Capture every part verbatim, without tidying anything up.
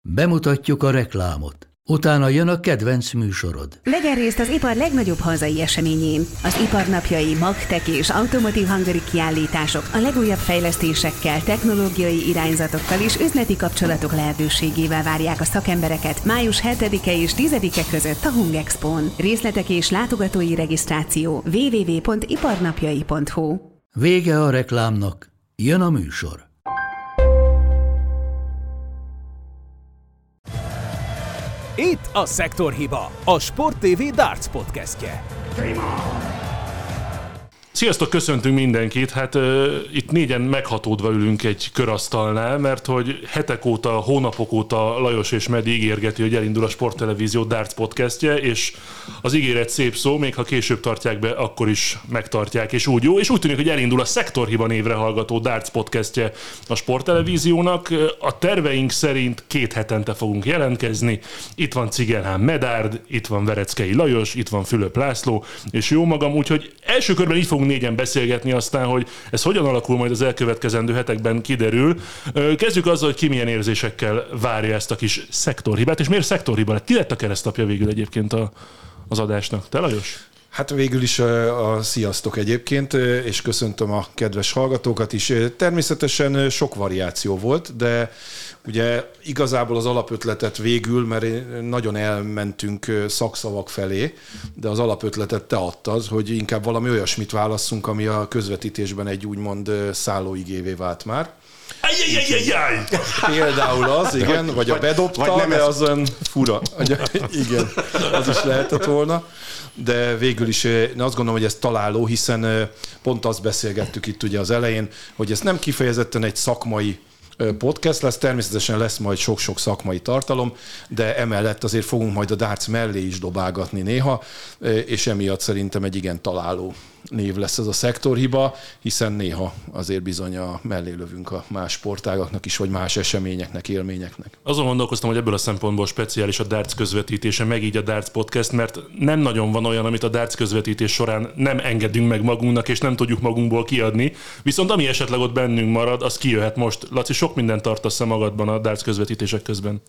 Bemutatjuk a reklámot. Utána jön a kedvenc műsorod. Vegyen részt az ipar legnagyobb hazai eseményén. Az iparnapjai, Magtech és Automotive Hungary kiállítások a legújabb fejlesztésekkel, technológiai irányzatokkal és üzleti kapcsolatok lehetőségével várják a szakembereket május hetedike és tizedike között a Hungexpón. Részletek és látogatói regisztráció double-u double-u double-u pont iparnapjai pont hu. Vége a reklámnak, jön a műsor. Itt a Szektorhiba, a Sport té vé Darts podcastje. Sziasztok, köszöntünk mindenkit. Hát uh, itt négyen meghatódva ülünk egy körasztalnál, mert hogy hetek óta, hónapok óta Lajos és Medi ígérgeti, hogy elindul a Sporttelevízió Darts podcastje, és az ígéret szép szó, még ha később tartják be, akkor is megtartják, és úgy jó. És úgy tűnik, hogy elindul a Szektorhiba névre hallgató Darts podcastje a Sporttelevíziónak. A terveink szerint két hetente fogunk jelentkezni. Itt van Cigelhán Medárd, itt van Vereckei Lajos, itt van Fülöp László, és jó magam, úgyhogy első körben így fogunk négyen beszélgetni, aztán, hogy ez hogyan alakul majd az elkövetkezendő hetekben kiderül. Kezdjük azzal, hogy ki milyen érzésekkel várja ezt a kis szektorhibát, és miért szektorhiba lett? Ki lett a keresztapja végül egyébként a, az adásnak? Te, Lajos? Hát végül is a, a sziasztok egyébként, és köszöntöm a kedves hallgatókat is. Természetesen sok variáció volt, de ugye igazából az alapötletet végül, mert nagyon elmentünk szakszavak felé, de az alapötletet te adtad, hogy inkább valami olyasmit válasszunk, ami a közvetítésben egy úgymond szállóigévé vált már. Ajjajjajjaj! Például az, igen, vagy, vagy a bedobta, vagy nem, de az olyan fura. Igen, az is lehetett volna. De végül is én azt gondolom, hogy ez találó, hiszen pont azt beszélgettük itt ugye az elején, hogy ez nem kifejezetten egy szakmai podcast lesz, természetesen lesz majd sok-sok szakmai tartalom, de emellett azért fogunk majd a darts mellé is dobálgatni néha, és emiatt szerintem egy igen találó név lesz ez a szektorhiba, hiszen néha azért bizony a mellé lövünk a más sportágaknak is, vagy más eseményeknek, élményeknek. Azon gondolkoztam, hogy ebből a szempontból speciális a darts közvetítése, meg így a darts podcast, mert nem nagyon van olyan, amit a darts közvetítés során nem engedünk meg magunknak, és nem tudjuk magunkból kiadni, viszont ami esetleg ott bennünk marad, az kijöhet most. Laci, sok mindent tartasz magadban a darts közvetítések közben.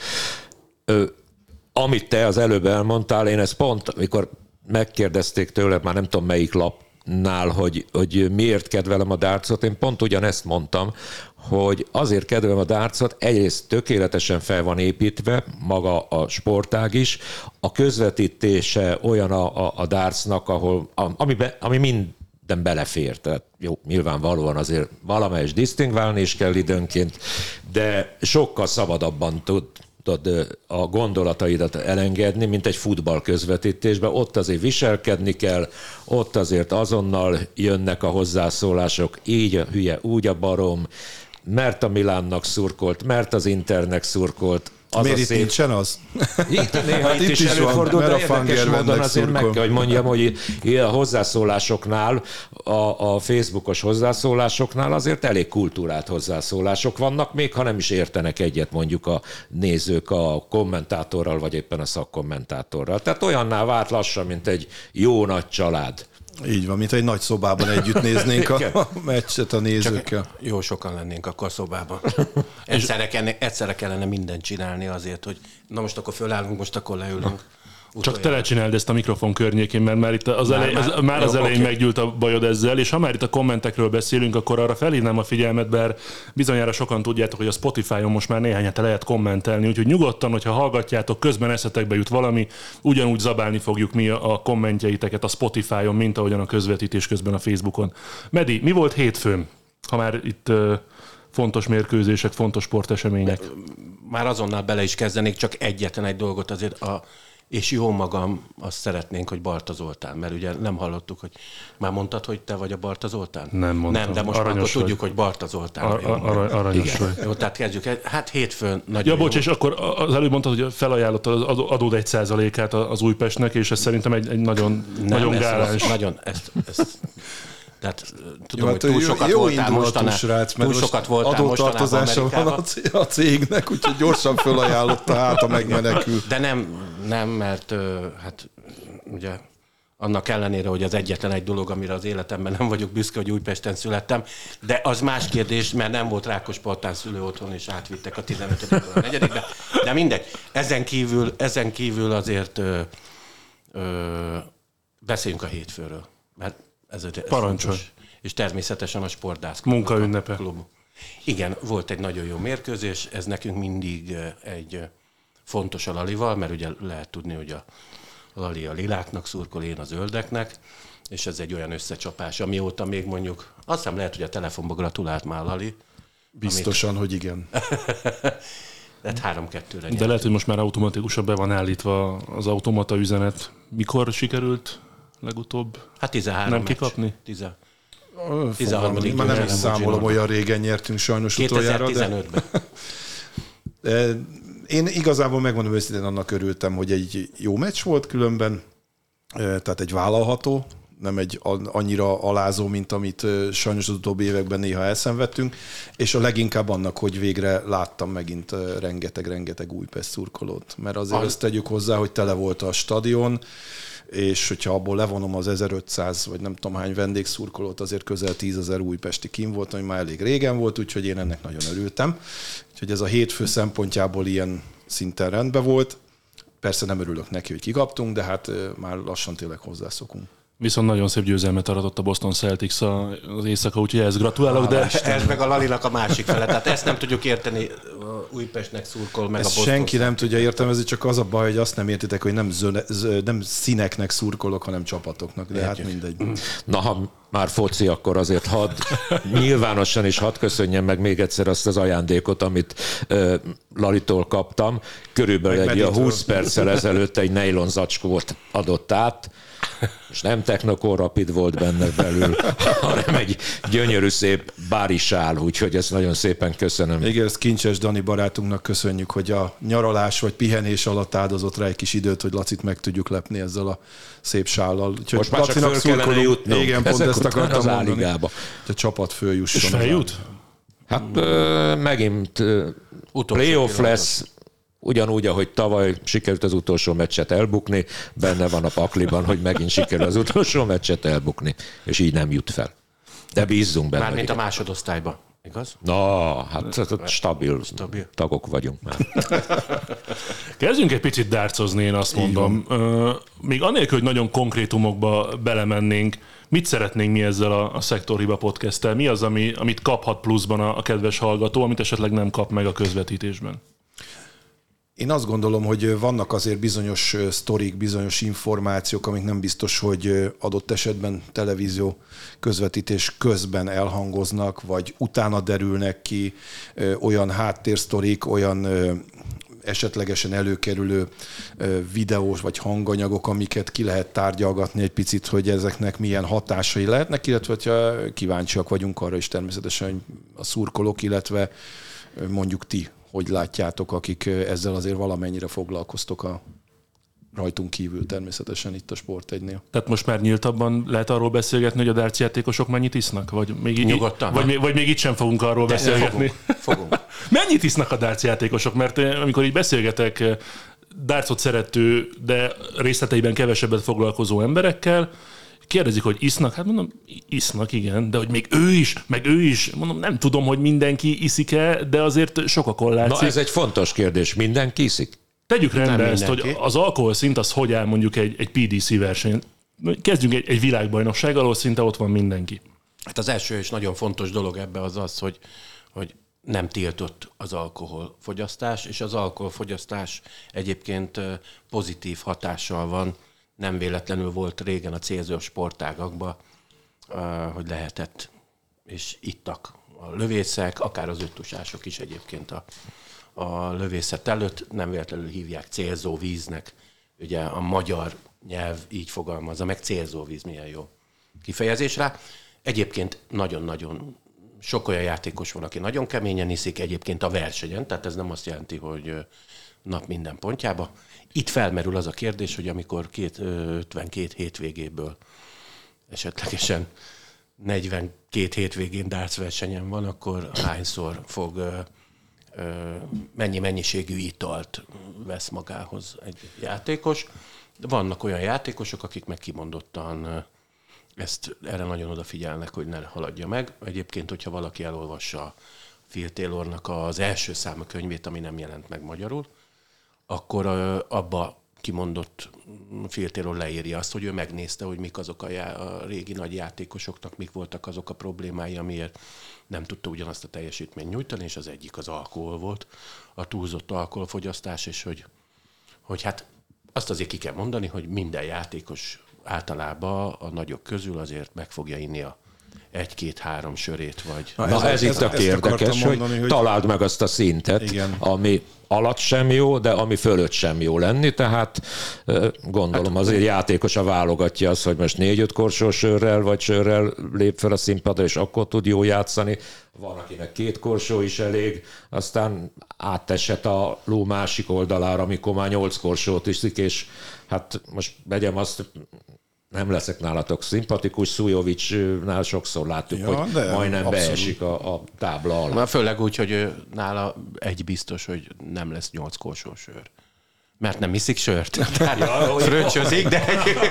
Ö, amit te az előbb elmondtál, én ezt pont, amikor megkérdezték tőle, már nem tudom melyik lapnál, hogy, hogy miért kedvelem a dartsot, én pont ugyanezt mondtam, hogy azért kedvelem a dartsot, egyrészt tökéletesen fel van építve, maga a sportág is, a közvetítése olyan a, a, a dartsnak, ahol, ami, be, ami mind belefér. Tehát jó, nyilvánvalóan azért valamelyes disztingválni is kell időnként, de sokkal szabadabban tud tudod a gondolataidat elengedni, mint egy futball közvetítésben. Ott azért viselkedni kell, ott azért azonnal jönnek a hozzászólások, így a hülye, úgy a barom, mert a Milánnak szurkolt, mert az Internek szurkolt. Az Miért itt szép... nincsen az? Itt, néha hát itt, itt is, is előfordul, de érdekes módon azért meg kell, hogy mondjam, hogy a hozzászólásoknál, a, a Facebookos hozzászólásoknál azért elég kultúrált hozzászólások vannak, még ha nem is értenek egyet mondjuk a nézők a kommentátorral, vagy éppen a szakkommentátorral. Tehát olyanná vált lassan, mint egy jó nagy család. Így van, mint egy nagy szobában együtt néznénk a meccset a nézőkkel. Csak jó sokan lennénk akkor szobában. Egyszerre kellene, egyszerre kellene mindent csinálni azért, hogy na most akkor fölállunk, most akkor leülünk. Csak te lecsináld ezt a mikrofon környékén, mert már, itt az, már, elej, az, már az elején okay. meggyűlt a bajod ezzel, és ha már itt a kommentekről beszélünk, akkor arra felhívnám a figyelmet, bár bizonyára sokan tudjátok, hogy a Spotify-on most már néhány hete lehet kommentelni, úgyhogy nyugodtan, hogyha hallgatjátok, közben eszetekbe jut valami, ugyanúgy zabálni fogjuk mi a kommentjeiteket a Spotify-on, mint ahogyan a közvetítés közben a Facebookon. Medi, mi volt hétfőn, ha már itt uh, fontos mérkőzések, fontos sportesemények? Már azonnal bele is kezdenék, csak egyetlen egy dolgot azért a és jó magam, azt szeretnénk, hogy Barta Zoltán, mert ugye nem hallottuk, hogy már mondtad, hogy te vagy a Barta Zoltán? Nem mondtam. Nem, de most már akkor tudjuk, hogy Barta Zoltán. Ar- ar- aranyos vagy. Jó, tehát kezdjük. Hát hétfőn nagyon Ja, bocs, jó. És akkor az előbb mondtad, hogy felajánlotta az adód egy százalékát az Újpestnek, és ez szerintem egy, egy nagyon, nem, nagyon gáláns. Nagyon, ezt, ezt Tehát tudom, jó, hogy túl sokat jó voltál mostanában. Srác, mert túl sokat voltál adótartozása van a cégnek, úgyhogy gyorsan felajánlotta, hát a megmenekül. De nem, nem, mert hát ugye annak ellenére, hogy az egyetlen egy dolog, amire az életemben nem vagyok büszke, hogy Újpesten születtem, de az más kérdés, mert nem volt Rákospalotán szülő otthon, és átvittek a tizenötödikből a negyedikbe. De mindegy. Ezen kívül, ezen kívül azért ö, ö, beszéljünk a hétfőről. Mert ez, ez Parancsolj. fontos. És természetesen a sportdász Munkaünnepe. klub. Igen, volt egy nagyon jó mérkőzés, ez nekünk mindig egy fontos a Lalival, mert ugye lehet tudni, hogy a Lali a liláknak szurkol, én a zöldeknek, és ez egy olyan összecsapás, amióta még mondjuk, azt hiszem lehet, hogy a telefonba gratulált már Lali. Biztosan, amit... hogy igen. Tehát három-kettőre De lehet, hogy most már automatikusan be van állítva az automata üzenet. Mikor sikerült legutóbb hát tizenhárom nem meccs. kikapni? Tizen... tizenharmadik Már nem is számolom, olyan régen nyertünk sajnos utoljára. kétezer-tizenötben. De... Én igazából megmondom őszintén, annak örültem, hogy egy jó meccs volt különben, tehát egy vállalható, nem egy annyira alázó, mint amit sajnos az utóbbi években néha elszenvedtünk, és a leginkább annak, hogy végre láttam megint rengeteg-rengeteg Újpest szurkolót. Mert azért azt tegyük hozzá, hogy tele volt a stadion, és hogyha abból levonom az ezerötszáz vagy nem tudom hány vendégszurkolót, azért közel tízezer újpesti kim volt, ami már elég régen volt, úgyhogy én ennek nagyon örültem. Úgyhogy ez a hétfő szempontjából ilyen szinten rendben volt. Persze nem örülök neki, hogy kikaptunk, de hát már lassan tényleg hozzászokunk. Viszont nagyon szép győzelmet aratott a Boston Celtics az éjszaka, úgyhogy ehhez gratulálok. De... Ez meg a Lalinak a másik fele. Tehát ezt nem tudjuk érteni, Újpestnek szurkol meg ezt a Boston. Senki nem tudja értelmezni, csak az a baj, hogy azt nem értitek, hogy nem, zöne, zö, nem színeknek szurkolok, hanem csapatoknak. De Értjük. Hát mindegy. Na, ha már foci, akkor azért hadd nyilvánosan is hadd köszönjem meg még egyszer azt az ajándékot, amit uh, Lalitól kaptam. Körülbelül egy húsz perccel ezelőtt egy nejlon zacskót adott át, és nem Technocore Rapid volt benne belül, hanem egy gyönyörű szép bári sál, úgyhogy ezt nagyon szépen köszönöm. Igen, ezt Kincses Dani barátunknak köszönjük, hogy a nyaralás vagy pihenés alatt áldozott rá egy kis időt, hogy Lacit meg tudjuk lepni ezzel a szép sállal. Úgyhogy most már csak föl kellene jutnunk. Igen, pont ezt akartam az mondani, áligába. hogy a csapat följusson. És feljut? Hát ö, megint ö, playoff lesz, ugyanúgy, ahogy tavaly sikerült az utolsó meccset elbukni, benne van a pakliban, hogy megint sikerül az utolsó meccset elbukni, és így nem jut fel. De bízzunk benne. Mármint a másodosztályban, igaz? Na, hát stabil, stabil tagok vagyunk már. Kezdjünk egy picit dárcozni, én azt mondom. Még anélkül, hogy nagyon konkrétumokba belemennénk, mit szeretnénk mi ezzel a, a Szektorhiba podcasttel? Mi az, ami, amit kaphat pluszban a, a kedves hallgató, amit esetleg nem kap meg a közvetítésben? Én azt gondolom, hogy vannak azért bizonyos sztorik, bizonyos információk, amik nem biztos, hogy adott esetben televízió közvetítés közben elhangoznak, vagy utána derülnek ki olyan háttérsztorik, olyan esetlegesen előkerülő videós vagy hanganyagok, amiket ki lehet tárgyalgatni egy picit, hogy ezeknek milyen hatásai lehetnek, illetve hogyha kíváncsiak vagyunk arra is természetesen, hogy a szurkolók, illetve mondjuk ti hogy látjátok, akik ezzel azért valamennyire foglalkoztok a rajtunk kívül természetesen itt a Sport egynél. Tehát most már nyíltabban lehet arról beszélgetni, hogy a darts játékosok mennyit isznak? Vagy még, Nyugodtan. Vagy, vagy még itt sem fogunk arról De beszélgetni? Fogunk. fogunk. Mennyit isznak a darts játékosok? Mert amikor így beszélgetek dartsot szerető, de részleteiben kevesebbet foglalkozó emberekkel, kérdezik, hogy isznak? Hát mondom, isznak, igen, de hogy még ő is, meg ő is, mondom, nem tudom, hogy mindenki iszik-e, de azért sokakon látszik. Na ez egy fontos kérdés, mindenki iszik? Tegyük rendbe ezt, hogy az alkoholszint az hogy áll mondjuk egy, egy pé dé cé verseny. Kezdjünk egy, egy világbajnokság, ahol szinte ott van mindenki. Hát az első és nagyon fontos dolog ebbe az az, hogy, hogy nem tiltott az alkoholfogyasztás, és az alkoholfogyasztás egyébként pozitív hatással van. Nem véletlenül volt régen a célzó sportágakban, hogy lehetett, és ittak a lövészek, akár az öttusások is egyébként a, a lövészet előtt, nem véletlenül hívják célzó víznek. Ugye a magyar nyelv így fogalmazza meg, célzó víz, milyen jó kifejezés rá. Egyébként nagyon-nagyon sok olyan játékos van, aki nagyon keményen iszik, egyébként a versenyen, tehát ez nem azt jelenti, hogy nap minden pontjába. Itt felmerül az a kérdés, hogy amikor két, ötvenkét hétvégéből esetlegesen negyvenkét hétvégén darts versenyen van, akkor hányszor fog, mennyi mennyiségű italt vesz magához egy játékos. Vannak olyan játékosok, akik meg kimondottan ezt, erre nagyon odafigyelnek, hogy ne haladja meg. Egyébként, hogyha valaki elolvassa Phil Taylornak az első számú könyvét, ami nem jelent meg magyarul, akkor abba kimondott Filtéről leírja azt, hogy ő megnézte, hogy mik azok a, já- a régi nagy játékosoknak, mik voltak azok a problémái, amiért nem tudta ugyanazt a teljesítményt nyújtani, és az egyik az alkohol volt, a túlzott alkoholfogyasztás, és hogy, hogy hát azt azért ki kell mondani, hogy minden játékos általában a nagyok közül azért meg fogja inni a egy-két-három sörét, vagy... Na, Na ez, ez itt a érdekes, hogy, hogy találd meg azt a szintet, igen. ami alatt sem jó, de ami fölött sem jó lenni, tehát gondolom hát, azért játékos a válogatja azt, hogy most négy-öt korsó sörrel vagy sörrel lép fel a színpadra, és akkor tud jó játszani. Van, akinek két korsó is elég, aztán áttesett a ló másik oldalára, amikor már nyolc korsót iszik, és hát most vegyem azt, nem leszek nálatok szimpatikus, Szujovicsnál sokszor láttuk, ja, hogy majdnem abszolút beesik a, a tábla alá. Na, főleg úgy, hogy nála egy biztos, hogy nem lesz nyolc korsó sör. Mert nem iszik sört. Fröccsözik, de...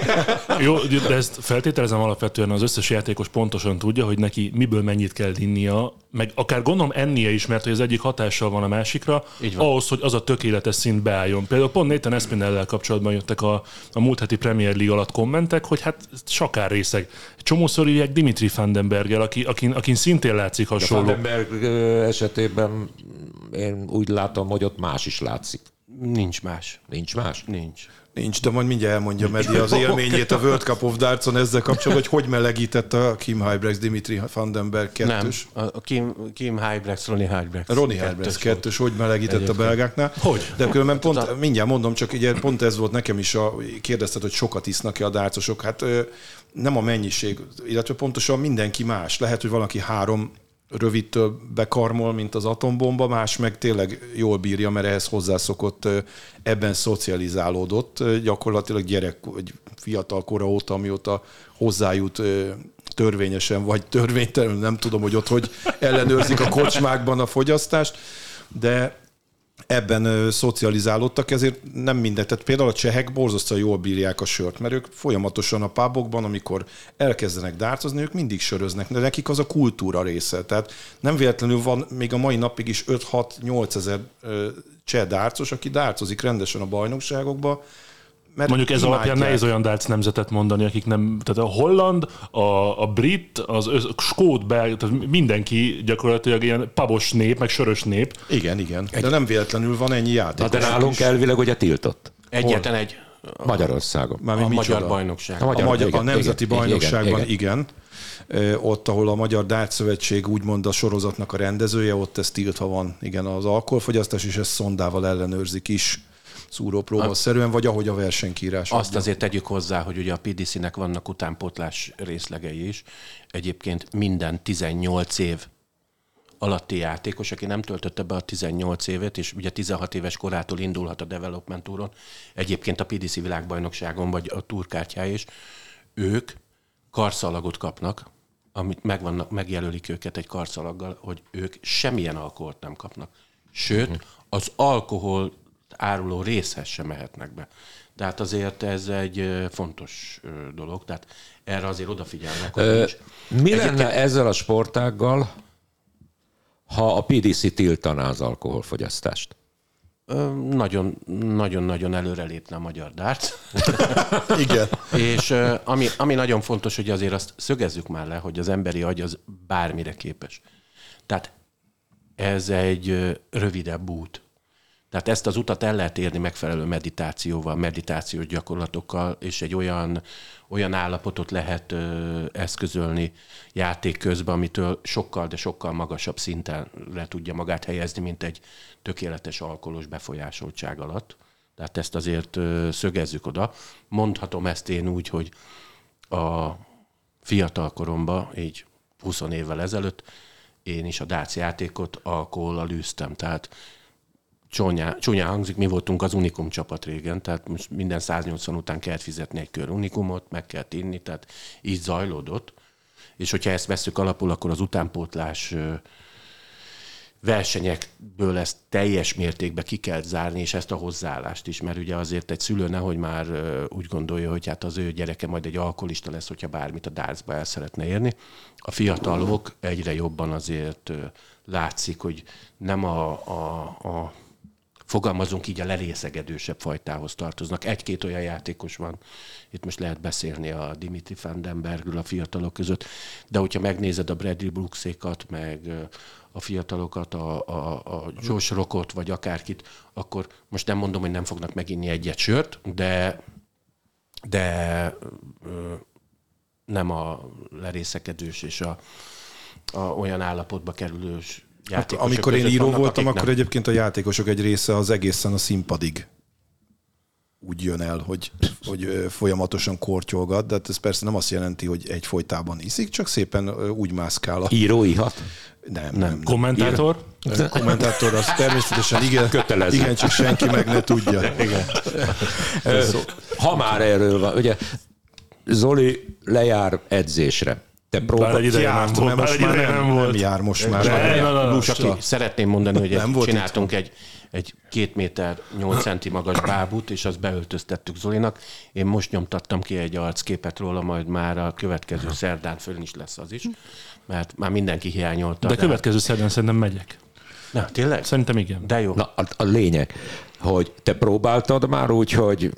Jó, de ezt feltételezem alapvetően az összes játékos pontosan tudja, hogy neki miből mennyit kell innia, meg akár gondolom ennie is, mert hogy az egyik hatással van a másikra, ahhoz, hogy az a tökéletes szint beálljon. Például pont Nathan Espinellel kapcsolatban jöttek a, a múlt heti Premier League alatt kommentek, hogy hát sakár részeg. Csomószor írják Dimitri Vandenberggel, aki, akin, akin szintén látszik hasonló. De Vandenberg esetében én úgy látom, hogy ott más is látszik. Nincs más. Nincs más? Nincs. Nincs, de majd mindjárt elmondja Medi az élményét a World Cup of Dartson ezzel kapcsolatban, hogy hogy melegítette a Kim Huybrechts, Dimitri Vandenberg kettős. Nem, a Kim, Kim Huybrechts, Ronnie Huybrechts. Ronnie Huybrechts kettős, hogy melegített egyébként a belgáknál. Hogy? De különben pont, mindjárt mondom, csak ugye pont ez volt nekem is, a, kérdezted, hogy sokat isznak-e a dárcosok. Hát nem a mennyiség, illetve pontosan mindenki más. Lehet, hogy valaki három rövidtől bekarmol, mint az atombomba, más meg tényleg jól bírja, mert ehhez hozzászokott, ebben szocializálódott, gyakorlatilag gyerek, vagy fiatal kora óta, amióta hozzájut törvényesen, vagy törvénytelenül, nem tudom, hogy ott hogy ellenőrzik a kocsmákban a fogyasztást, de ebben szocializálódtak, ezért nem mindegy. Tehát például a csehek borzasztóan jól bírják a sört, mert ők folyamatosan a pubokban, amikor elkezdenek dárcozni, ők mindig söröznek, de nekik az a kultúra része. Tehát nem véletlenül van még a mai napig is öt-hat-nyolc ezer cseh dárcos, aki dárcozik rendesen a bajnokságokba. Mert mondjuk ez alapján nehéz olyan dárc nemzetet mondani, akik nem, tehát a holland, a, a brit, az a skót, belg, tehát mindenki gyakorlatilag ilyen pabos nép, meg sörös nép. Igen, igen. Egy... De nem véletlenül van ennyi játék. De nálunk elvileg ugye tiltott. Egyetlen egy. Magyarországon. A, a magyar bajnokság. A, magyar, a, magyar, igen, a nemzeti igen, bajnokságban, igen. igen. Ott, ahol a Magyar Dárt Szövetség úgymond a sorozatnak a rendezője, ott ez tiltva van. Igen, az alkoholfogyasztás, és ezt szondával ellenőrzik is. Szúrópróbaszerűen, vagy ahogy a versenykírás. Azt azért tegyük hozzá, hogy ugye a pé dé cé-nek vannak utánpótlás részlegei is. Egyébként minden tizennyolc év alatti játékos, aki nem töltötte be a tizennyolc évet, és ugye tizenhat éves korától indulhat a development túron, egyébként a pé dé cé világbajnokságon, vagy a túrkártyája is, ők karszalagot kapnak, amit megvannak, megjelölik őket egy karszalaggal, hogy ők semmilyen alkoholt nem kapnak. Sőt, az alkohol áruló részhez sem mehetnek be. Tehát azért ez egy fontos dolog, tehát erre azért odafigyelnek. Ö, mi Egyébként... lenne ezzel a sportággal, ha a pé dé cé tiltaná az alkoholfogyasztást? Nagyon-nagyon előrelépne a magyar darts. Igen. És ami, ami nagyon fontos, hogy azért azt szögezzük már le, hogy az emberi agy az bármire képes. Tehát ez egy rövidebb út. Tehát ezt az utat el lehet érni megfelelő meditációval, meditációs gyakorlatokkal, és egy olyan, olyan állapotot lehet ö, eszközölni játék közben, amitől sokkal, de sokkal magasabb szintenre tudja magát helyezni, mint egy tökéletes alkoholos befolyásoltság alatt. Tehát ezt azért ö, szögezzük oda. Mondhatom ezt én úgy, hogy a fiatal koromban, így húsz évvel ezelőtt, én is a darts játékot alkohollal űztem. Tehát Csúnyán, csúnyán hangzik, mi voltunk az Unikum csapat régen, tehát most minden száznyolcvan után kellett fizetni egy kör Unikumot, meg kellett inni, tehát így zajlódott. És hogyha ezt vesszük alapul, akkor az utánpótlás versenyekből ezt teljes mértékben ki kell zárni, és ezt a hozzáállást is, mert ugye azért egy szülő nehogy már úgy gondolja, hogy hát az ő gyereke majd egy alkoholista lesz, hogyha bármit a dartsba el szeretne érni. A fiatalok egyre jobban azért látszik, hogy nem a, a, a fogalmazunk így, a lerészegedősebb fajtához tartoznak. Egy-két olyan játékos van, itt most lehet beszélni a Dimitri van den Bergről a fiatalok között, de hogyha megnézed a Bradley Brooksékat, meg a fiatalokat, a, a, a Josh Rockot, vagy akárkit, akkor most nem mondom, hogy nem fognak meginni egyet sört, de, de ö, nem a lerészekedős és a, a olyan állapotba kerülős játékosok. Hát, amikor én író vannak, voltam, akkor nem. egyébként a játékosok egy része az egészen a színpadig úgy jön el, hogy, hogy folyamatosan kortyolgat, de ez persze nem azt jelenti, hogy egyfolytában iszik, csak szépen úgy mászkál. A... Író ihat? Nem, nem. nem. Kommentátor? Ír... Kommentátor, az természetesen igen. Kötelező. Igen, csak senki meg ne tudja. Igen. Ha már erről van, ugye Zoli lejár edzésre. Te próbál... Bár egy ideje Járt, nem volt. mert most már nem, nem, volt. nem jár most már. De, már na, na, na, Csak szeretném mondani, hogy Nem egy, volt csináltunk egy, egy két méter nyolc centi magas bábút, és azt beöltöztettük Zolinak. Én most nyomtattam ki egy arcképet róla, majd már a következő szerdán fölön is lesz az is, mert már mindenki hiányolta. De következő szerdán szerintem megyek. Na, tényleg? Szerintem igen. De jó. Na, a, a lényeg, hogy te próbáltad már úgy, hogy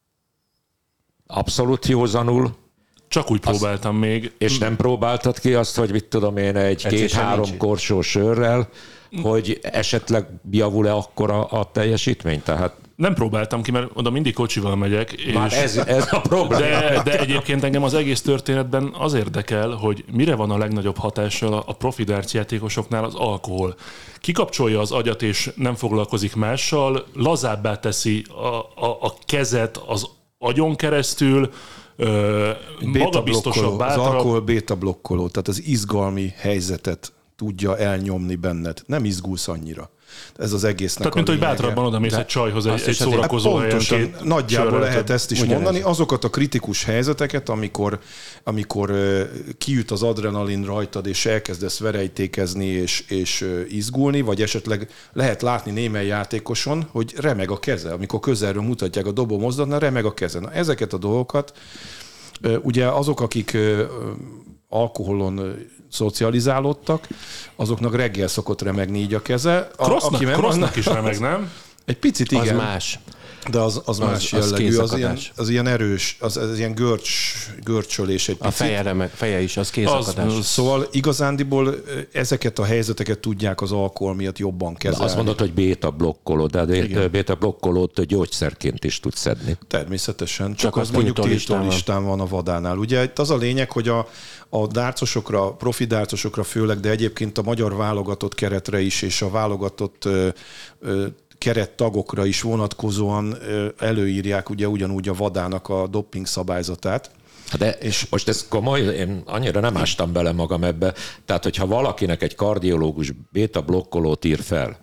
abszolút józanul, Csak úgy próbáltam azt, még. és nem próbáltad ki azt, hogy mit tudom én, egy két-három korsó sörrel, hogy esetleg javul-e akkor a, a teljesítmény? Tehát Nem próbáltam ki, mert oda mindig kocsival megyek. És már ez, ez a probléma. De, de egyébként engem az egész történetben az érdekel, hogy mire van a legnagyobb hatással a profi darts játékosoknál az alkohol. Kikapcsolja az agyat, és nem foglalkozik mással, lazábbá teszi a, a, a kezet az agyon keresztül, ö, magabiztosabb, Az bátrabb. alkohol béta blokkoló, tehát az izgalmi helyzetet tudja elnyomni benned. Nem izgulsz annyira. Ez az egésznek Tehát, a mint hogy lényege. bátrabban oda mész egy csajhoz egy, egy is szórakozó Hát helyen. pontosan, két nagyjából sörrel lehet több. ezt is Ugyanez. mondani. Azokat a kritikus helyzeteket, amikor, amikor uh, kiüt az adrenalin rajtad, és elkezdesz verejtékezni és, és uh, izgulni, vagy esetleg lehet látni némely játékoson, hogy remeg a keze. Amikor közelről mutatják a dobó mozdatnál, remeg a keze. Na, ezeket a dolgokat, uh, ugye azok, akik uh, alkoholon szocializálódtak, azoknak reggel szokott remegni így a keze. A, Crossnak, nem- crossnak is remeg, nem? Egy picit igen. Az más. De az, az más az jellegű, az ilyen, kézakadás. az ilyen erős, az, az ilyen görcs, görcsölés egy A picit. feje, meg, feje is, az kézakadás. Az- Szóval igazándiból ezeket a helyzeteket tudják az alkohol miatt jobban kezelni. Azt mondod, hogy béta blokkoló, de a béta blokkolót gyógyszerként is tudsz szedni. Természetesen, csak, Csak csak az az mondjuk tiltó tiltó listán listán van a vadánál. Ugye itt az a lényeg, hogy a, a dárcosokra, profi dárcosokra főleg, de egyébként a magyar válogatott keretre is, és a válogatott ö, ö, kerettagokra is vonatkozóan ö, előírják ugye ugyanúgy a vadának a doping szabályzatát. De és most ez komoly, én annyira nem ástam bele magam ebbe. Tehát, hogyha valakinek egy kardiológus béta blokkolót ír fel,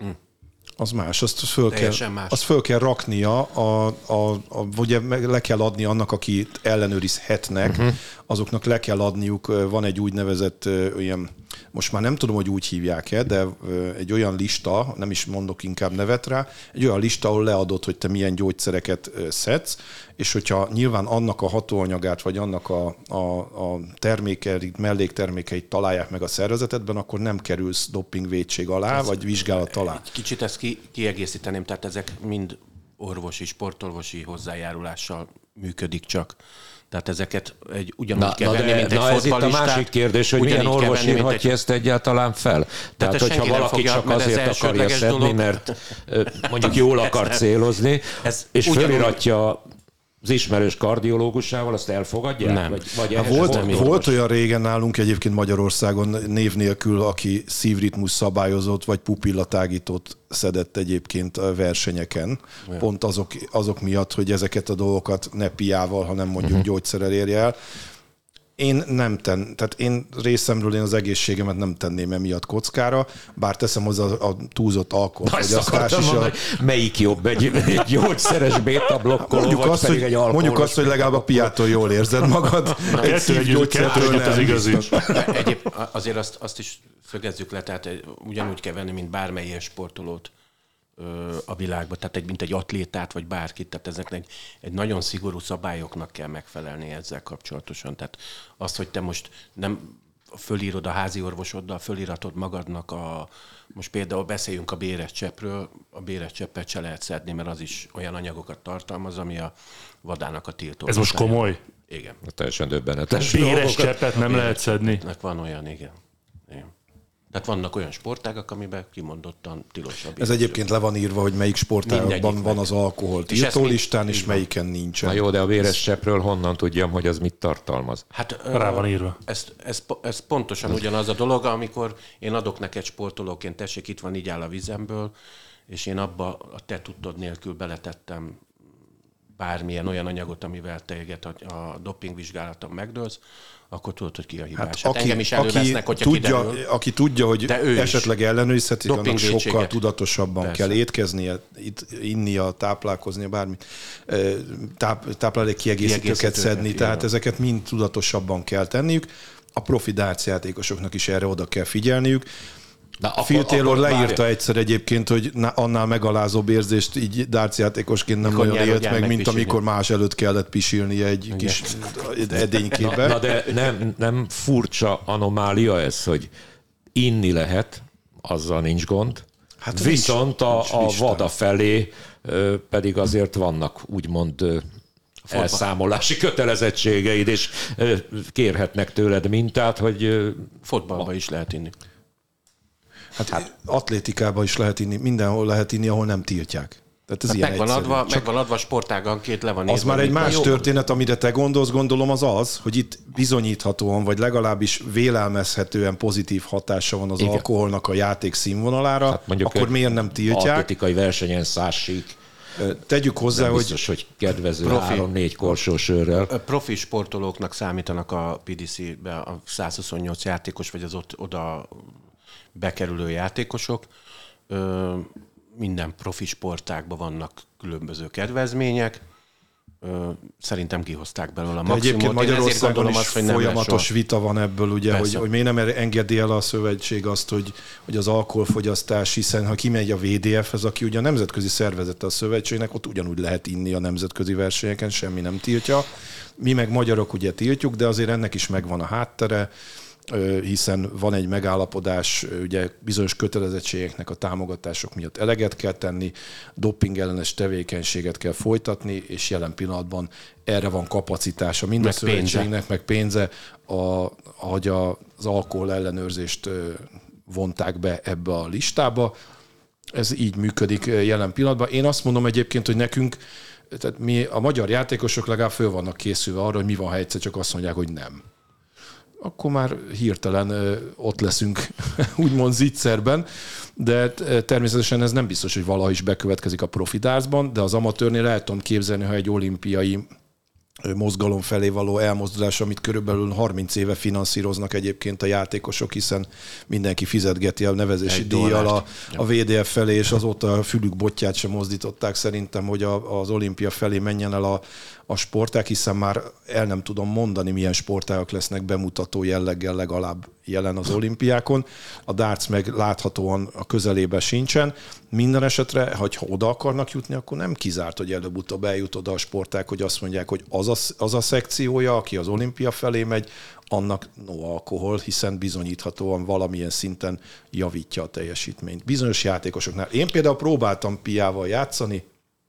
Az más, azt föl, kell, Teljesen más. azt föl kell raknia, a, a, a, ugye meg le kell adni annak, akit ellenőrizhetnek, uh-huh. azoknak le kell adniuk, van egy úgynevezett olyan, most már nem tudom, hogy úgy hívják-e, de egy olyan lista, nem is mondok inkább nevet rá, egy olyan lista, ahol leadod, hogy te milyen gyógyszereket szedsz, és hogyha nyilván annak a hatóanyagát, vagy annak a, a, a termékeit, melléktermékeit találják meg a szervezetedben, akkor nem kerülsz dopingvétség alá, ez vagy vizsgálat alá. Egy kicsit ezt ki, kiegészíteném, tehát ezek mind orvosi, sportolvosi hozzájárulással működik csak. Tehát ezeket egy, ugyanúgy na, kell na, venni, de, mint egy na ez itt a fotballistát. másik kérdés, hogy milyen Ugyanígy kell orvos venni, mint írhatja egy- ezt egyáltalán fel. Tehát, ezt hogyha senki nem valaki fogja, csak mert ez azért akarja elsődleges szedni, dolog. mert ö, mondjuk jól akar célozni, ez és ugyanúgy- föliratja az ismerős kardiológusával, azt elfogadják? Nem. Vagy, vagy Hát ehhez volt, valami volt orvos? olyan régen nálunk egyébként Magyarországon név nélkül, aki szívritmus szabályozott, vagy pupillatágítót szedett egyébként a versenyeken. Ja. Pont azok, azok miatt, hogy ezeket a dolgokat ne piával, hanem mondjuk uh-huh. gyógyszerrel érje el. Én nem ten, tehát én részemről én az egészségemet nem tenném emiatt kockára, bár teszem hozzá a, a túlzott Azt alkoholfogyasztás akartam is. mondani, hogy melyik jobb, egy, egy gyógyszeres béta blokkoló, Mondjuk vagy azt, pedig hogy, egy alkoholos mondjuk azt, hogy legalább a piától jól érzed magad. Egy Kettő együtt, szívgyógyszertől kettő együtt az nem igazi. biztos. De egyéb, azért azt, azt is szögezzük le, tehát ugyanúgy kell venni, mint bármely ilyen sportolót ö, a világban, tehát egy, mint egy atlétát, vagy bárkit, tehát ezeknek egy nagyon szigorú szabályoknak kell megfelelni ezzel kapcsolatosan. Tehát azt, hogy te most nem fölírod a házi orvosoddal, fölíratod magadnak a... Most például beszéljünk a béres cseppről, a béres cseppet se lehet szedni, mert az is olyan anyagokat tartalmaz, ami a vadának a tiltó. Ez most komoly? Igen. Teljesen döbbenetes. Béres cseppet nem lehet szedni? Van olyan, igen. igen. Tehát vannak olyan sportágak, amiben kimondottan tilos a béres. Ez egyébként le van írva, hogy melyik sportágakban van az alkohol tiltólistán, és melyiken nincsen. Na jó, de a véres cseppről honnan tudjam, hogy az mit tartalmaz? Hát, rá van írva. Ez, ez, ez pontosan ugyanaz a dolog, amikor én adok neked sportolóként, tessék, itt van, így áll a vizemből, és én abba a te tudtod nélkül beletettem bármilyen olyan anyagot, amivel téged a, a dopingvizsgálaton megdőlsz, akkor tudod, hogy ki a hibás. Hát, hát aki, engem is elővesznek, hogyha tudja, kiderül. Aki tudja, hogy esetleg ellenőrizhetik, annak sokkal tudatosabban Persze. kell étkeznie, itt, innia, táplálkoznia, bármi táp, táplálék kiegészítőket szedni, tehát van. Ezeket mind tudatosabban kell tenniük. A profi dárcjátékosoknak is erre oda kell figyelniük. Na, Phil Taylor leírta várja. egyszer egyébként, hogy annál megalázóbb érzést így dárcjátékosként nem mikor nagyon élt meg, mint amikor más előtt kellett pisilnie egy Igen. kis edénykébe. Na, na de nem, nem furcsa anomália ez, hogy inni lehet, azzal nincs gond, hát viszont nincs, a, nincs a vada felé pedig azért vannak úgymond elszámolási kötelezettségeid, és kérhetnek tőled mintát, hogy... Fotballba is lehet inni. Hát, hát atlétikában is lehet inni, mindenhol lehet inni, ahol nem tiltják. Tehát ez hát ilyen megvan adva, megvan adva sportáganként, le van írva. Az már egy más történet, amire te gondolsz, gondolom az az, hogy itt bizonyíthatóan, vagy legalábbis vélelmezhetően pozitív hatása van az Igen. alkoholnak a játék színvonalára, hát akkor miért nem tiltják? Atletikai versenyen szássík. Tegyük hozzá, nem hogy... biztos, hogy kedvező három-négy korsósörrel. Profi sportolóknak számítanak a pé dé cé-be a száz huszonnyolc játékos, vagy az ott oda bekerülő játékosok. Ö, minden profi sportágban vannak különböző kedvezmények. Ö, szerintem kihozták belőle a maximumot. Egyébként Magyarországon is azt, hogy folyamatos vita van ebből, ugye, hogy, hogy miért nem engedi el a szövetség azt, hogy, hogy az alkoholfogyasztás, hiszen ha kimegy a vé dé ef-hez, aki ugye a nemzetközi szervezete a szövetségnek, ott ugyanúgy lehet inni a nemzetközi versenyeken, semmi nem tiltja. Mi meg magyarok ugye tiltjuk, de azért ennek is megvan a háttere, hiszen van egy megállapodás, ugye bizonyos kötelezettségeknek a támogatások miatt eleget kell tenni, doping ellenes tevékenységet kell folytatni, és jelen pillanatban erre van kapacitása mind a szövetségnek, meg pénze, a, ahogy az alkohol ellenőrzést vonták be ebbe a listába. Ez így működik jelen pillanatban. Én azt mondom egyébként, hogy nekünk, tehát mi a magyar játékosok legalább föl vannak készülve arra, hogy mi van, ha egyszer csak azt mondják, hogy nem. Akkor már hirtelen ott leszünk úgymond zicserben, de természetesen ez nem biztos, hogy valaha is bekövetkezik a profi dárcban, de az amatőrnél el tudom képzelni, ha egy olimpiai mozgalom felé való elmozdulás, amit körülbelül harminc éve finanszíroznak egyébként a játékosok, hiszen mindenki fizetgeti a nevezési díjjal a, a vé dé ef felé, és azóta a fülük botját sem mozdították szerintem, hogy a, az olimpia felé menjen el a, a sportág, hiszen már el nem tudom mondani, milyen sportágak lesznek bemutató jelleggel legalább jelen az olimpiákon. A darts meg láthatóan a közelében sincsen. Minden esetre, ha oda akarnak jutni, akkor nem kizárt, hogy előbb-utóbb eljut oda a sportág, hogy azt mondják, hogy az a, az a szekciója, aki az olimpia felé megy, annak no alkohol, hiszen bizonyíthatóan valamilyen szinten javítja a teljesítményt. Bizonyos játékosoknál. Én például próbáltam piával játszani,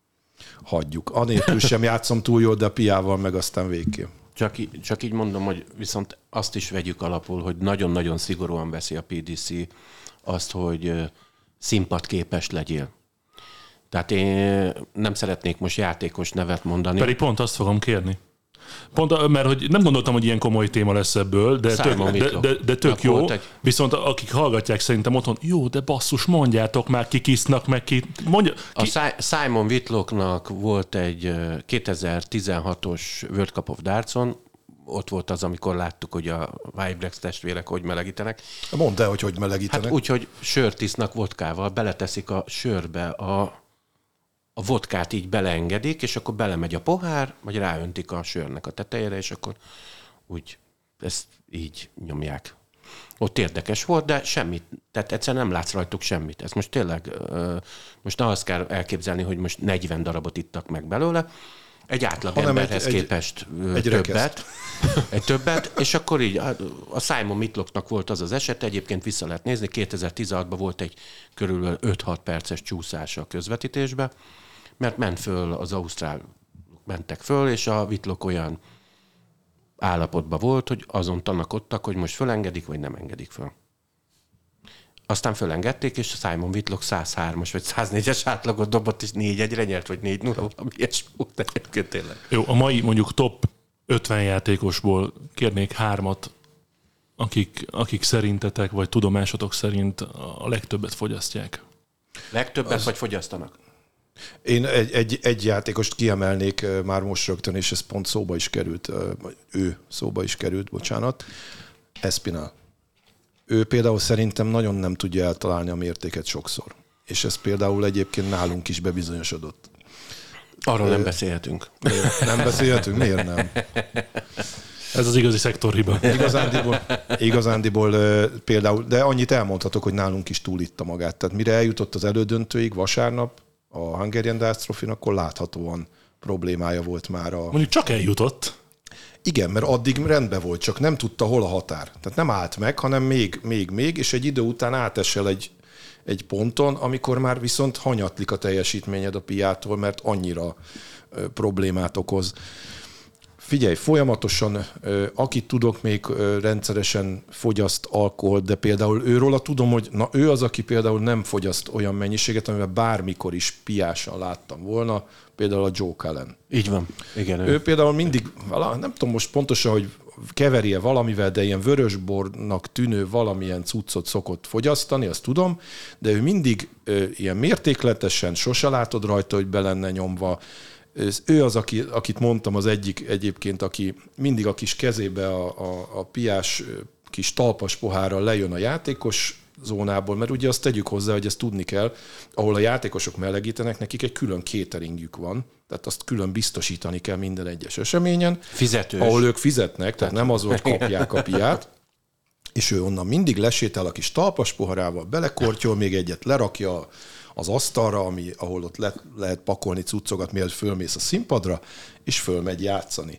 hagyjuk. Anélkül sem játszom túl jól, de piával meg aztán végképp. Csak, csak így mondom, hogy viszont azt is vegyük alapul, hogy nagyon-nagyon szigorúan veszi a pé dé cé azt, hogy színpadképes legyél. Tehát én nem szeretnék most játékos nevet mondani. Pedig pont azt fogom kérni. Pont, mert hogy nem gondoltam, hogy ilyen komoly téma lesz ebből, de tök, de, de, de tök jó. Egy... Viszont akik hallgatják szerintem otthon, jó, de basszus, mondjátok már, kik isznak, meg ki... Mondja, ki... A Simon Whitlocknak volt egy kétezer-tizenhatos World Cup of Dartson, ott volt az, amikor láttuk, hogy a Vibrex testvérek hogy melegítenek. Mondd el, hogy hogy melegítenek. Hát úgy, hogy sört isznak vodkával, beleteszik a sörbe a a vodkát így beleengedik, és akkor belemegy a pohár, vagy ráöntik a sörnek a tetejére, és akkor úgy ezt így nyomják. Ott érdekes volt, de semmit, tehát egyszerűen nem látsz rajtuk semmit. Ez most tényleg, most azt kell elképzelni, hogy most negyven darabot ittak meg belőle, egy átlag emberhez egy, képest egy, többet. Egy, egy többet, és akkor így a Simon Whitlocknak volt az az eset, egyébként vissza lehet nézni, kétezer-tizenhatban volt egy körülbelül öt-hat perces csúszása a közvetítésbe, mert ment föl, az ausztrál mentek föl, és a Whitlock olyan állapotban volt, hogy azon tanakodtak, hogy most fölengedik, vagy nem engedik föl. Aztán fölengedték, és a Simon Whitlock száz hármas vagy száz négyes átlagot dobott, és négy egyre nyert, vagy négy nulla, valami ilyesmi volt egyébként tényleg. Jó, a mai mondjuk top ötven játékosból kérnék hármat, akik, akik szerintetek, vagy tudomásotok szerint a legtöbbet fogyasztják. Legtöbbet az... vagy fogyasztanak? Én egy, egy, egy játékost kiemelnék már most rögtön, és ez pont szóba is került, ő szóba is került, bocsánat, Espinal. Ő például szerintem nagyon nem tudja eltalálni a mértéket sokszor. És ez például egyébként nálunk is bebizonyosodott. Arról nem beszélhetünk. Nem beszélhetünk? Miért nem? Ez az igazi szektorhiba. Igazándiból, igazándiból például, de annyit elmondhatok, hogy nálunk is túlitta magát. Tehát mire eljutott az elődöntőig vasárnap a Hungarian Darts Trophy-n, akkor láthatóan problémája volt már a... Mondjuk csak eljutott. Igen, mert addig rendben volt, csak nem tudta, hol a határ. Tehát nem állt meg, hanem még, még, még, és egy idő után átesel egy, egy ponton, amikor már viszont hanyatlik a teljesítményed a piától, mert annyira ö, problémát okoz. Figyelj, folyamatosan, ö, akit tudok, még ö, rendszeresen fogyaszt alkoholt, de például őróla tudom, hogy na, ő az, aki például nem fogyaszt olyan mennyiséget, amivel bármikor is piásan láttam volna, például a Joe Cullen. Így van. Igen, ő. ő például mindig, vala, nem tudom most pontosan, hogy keverje valamivel, de ilyen vörösbornak tűnő valamilyen cuccot szokott fogyasztani, azt tudom, de ő mindig ö, ilyen mértékletesen, sose látod rajta, hogy be lenne nyomva. Ő az, aki, akit mondtam, az egyik egyébként, aki mindig a kis kezébe a, a, a piás kis talpas pohárral lejön a játékos zónából, mert ugye azt tegyük hozzá, hogy ezt tudni kell, ahol a játékosok melegítenek, nekik egy külön cateringjük van, tehát azt külön biztosítani kell minden egyes eseményen. Fizetős. Ahol ők fizetnek, tehát nem az, hogy kapják a piát, és ő onnan mindig lesétál a kis talpas poharával, belekortyol még egyet, lerakja az asztalra, ami, ahol ott le, lehet pakolni cuccokat, mielőtt fölmész a színpadra, és fölmegy játszani.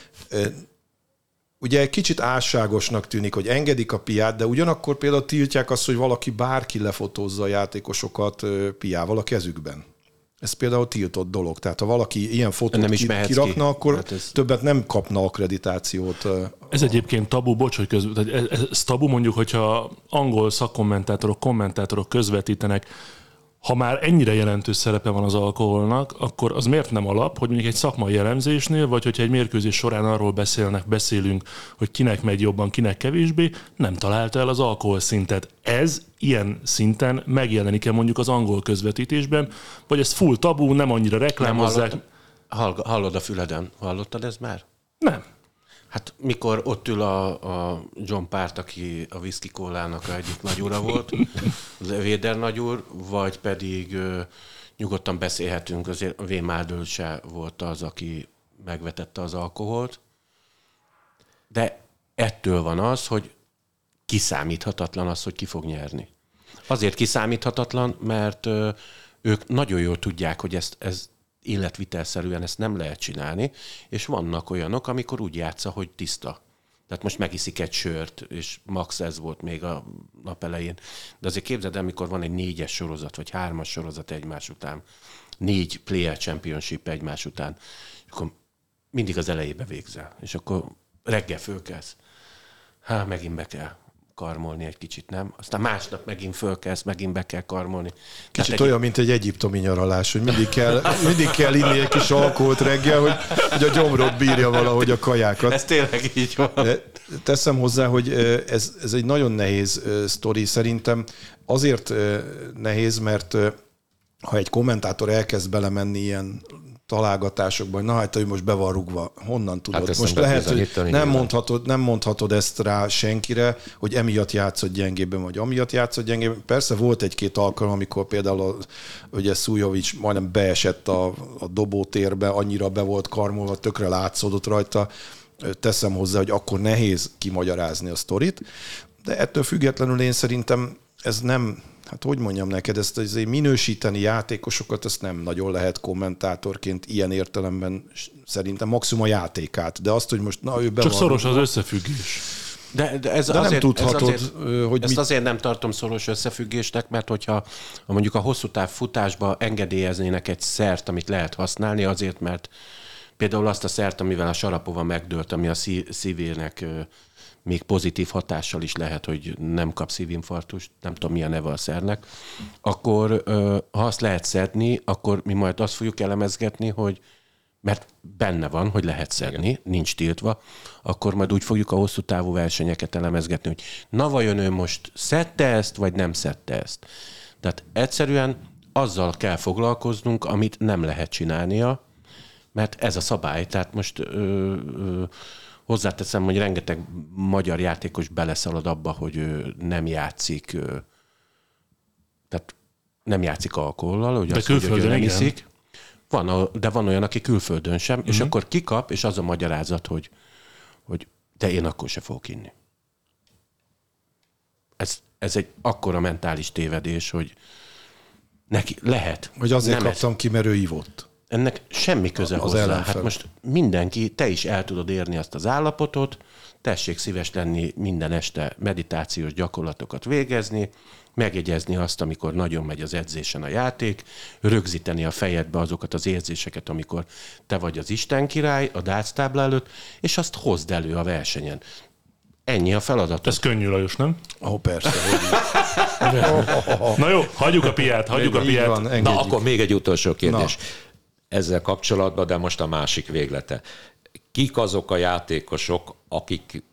Ugye kicsit álságosnak tűnik, hogy engedik a piát, de ugyanakkor például tiltják azt, hogy valaki bárki lefotózza a játékosokat piával a kezükben. Ez például tiltott dolog. Tehát ha valaki ilyen fotót nem is kirakna, ki. akkor hát ez... többet nem kapna akkreditációt. Ez egyébként tabu, bocs, hogy közül, ez, ez tabu mondjuk, hogyha angol szakkommentátorok, kommentátorok közvetítenek, ha már ennyire jelentős szerepe van az alkoholnak, akkor az miért nem alap, hogy mondjuk egy szakmai elemzésnél, vagy hogyha egy mérkőzés során arról beszélnek, beszélünk, hogy kinek megy jobban, kinek kevésbé, nem találta el az alkohol szintet. Ez ilyen szinten megjelenik-e mondjuk az angol közvetítésben, vagy ez full tabu, nem annyira reklámozzák? Nem hallod, hallod a füleden. Hallottad ez már? Nem. Hát mikor ott ül a, a John Párt, aki a whisky kólának egyik nagyúra volt, az Véder nagyúr, vagy pedig ö, nyugodtan beszélhetünk, azért a Vémáldől se volt az, aki megvetette az alkoholt. De ettől van az, hogy kiszámíthatatlan az, hogy ki fog nyerni. Azért kiszámíthatatlan, mert ö, ők nagyon jól tudják, hogy ezt, ez életvitelszerűen ezt nem lehet csinálni, és vannak olyanok, amikor úgy játsza, hogy tiszta. Tehát most megiszik egy sört, és max ez volt még a nap elején. De azért képzeld el, amikor van egy négyes sorozat, vagy hármas sorozat egymás után, négy Player Championship egymás után, akkor mindig az elejébe végzel, és akkor reggel fölkelsz. Há, megint be kell karmolni egy kicsit, nem? Aztán másnap megint fölkelsz, megint be kell karmolni. Kicsit egy... olyan, mint egy egyiptomi nyaralás, hogy mindig kell, mindig kell inni egy kis alkoholt reggel, hogy, hogy a gyomrod bírja valahogy a kajákat. Ez tényleg így van. De teszem hozzá, hogy ez, ez egy nagyon nehéz sztori. Szerintem azért nehéz, mert ha egy kommentátor elkezd belemenni ilyen találgatásokban, na hát ő most be van rúgva, honnan tudod? Hát most lehet, hogy nem mondhatod, nem mondhatod ezt rá senkire, hogy emiatt játszott gyengébben, vagy amiatt játszott gyengébben. Persze volt egy-két alkalom, amikor például a, ugye Szújovics majdnem beesett a, a dobótérbe, annyira be volt karmolva, tökre látszódott rajta. Teszem hozzá, hogy akkor nehéz kimagyarázni a sztorit, de ettől függetlenül én szerintem ez nem, hát hogy mondjam neked, ezt azért minősíteni játékosokat, ezt nem nagyon lehet kommentátorként ilyen értelemben szerintem maximum a játékát, de azt, hogy most na ő be Csak van, szoros az összefüggés. De, de, ez de azért, nem tudhatod, ez azért, hogy ezt mit... azért nem tartom szoros összefüggésnek, mert hogyha mondjuk a hosszú táv futásba engedélyeznének egy szert, amit lehet használni, azért, mert például azt a szert, amivel a Sarapova megdőlt, ami a szívének még pozitív hatással is lehet, hogy nem kap szívinfarktust, nem tudom, mi a neve a szernek, akkor ha azt lehet szedni, akkor mi majd azt fogjuk elemezgetni, hogy mert benne van, hogy lehet szedni, igen, nincs tiltva, akkor majd úgy fogjuk a hosszú távú versenyeket elemezgetni, hogy na vajon ő most szedte ezt, vagy nem szedte ezt. Tehát egyszerűen azzal kell foglalkoznunk, amit nem lehet csinálnia, mert ez a szabály. Tehát most ö, ö, hozzáteszem, hogy rengeteg magyar játékos beleszalad abba, hogy ő nem játszik, ö, tehát nem játszik alkohollal, hogy de azt mondja, hogy ő nem igen. iszik. Van, a, de van olyan, aki külföldön sem, uh-huh. és akkor kikap, és az a magyarázat, hogy, hogy de én akkor se fogok inni. Ez, ez egy akkora mentális tévedés, hogy neki lehet. Hogy azért nem kaptam ez, ki, mert ő ivott. Ennek semmi köze az hozzá. ellenfel. Hát most mindenki, te is el tudod érni azt az állapotot, tessék szíves lenni minden este meditációs gyakorlatokat végezni, megjegyezni azt, amikor nagyon megy az edzésen a játék, rögzíteni a fejedbe azokat az érzéseket, amikor te vagy az Isten király a dátsztábla előtt, és azt hozd elő a versenyen. Ennyi a feladat. Ez könnyű, Lajos, nem? Ó, oh, persze. Na jó, hagyjuk a piát, hagyjuk a piát. Van, Na, akkor még egy utolsó kérdés. Na. Ezzel kapcsolatban, de most a másik véglete. Kik azok a játékosok, akik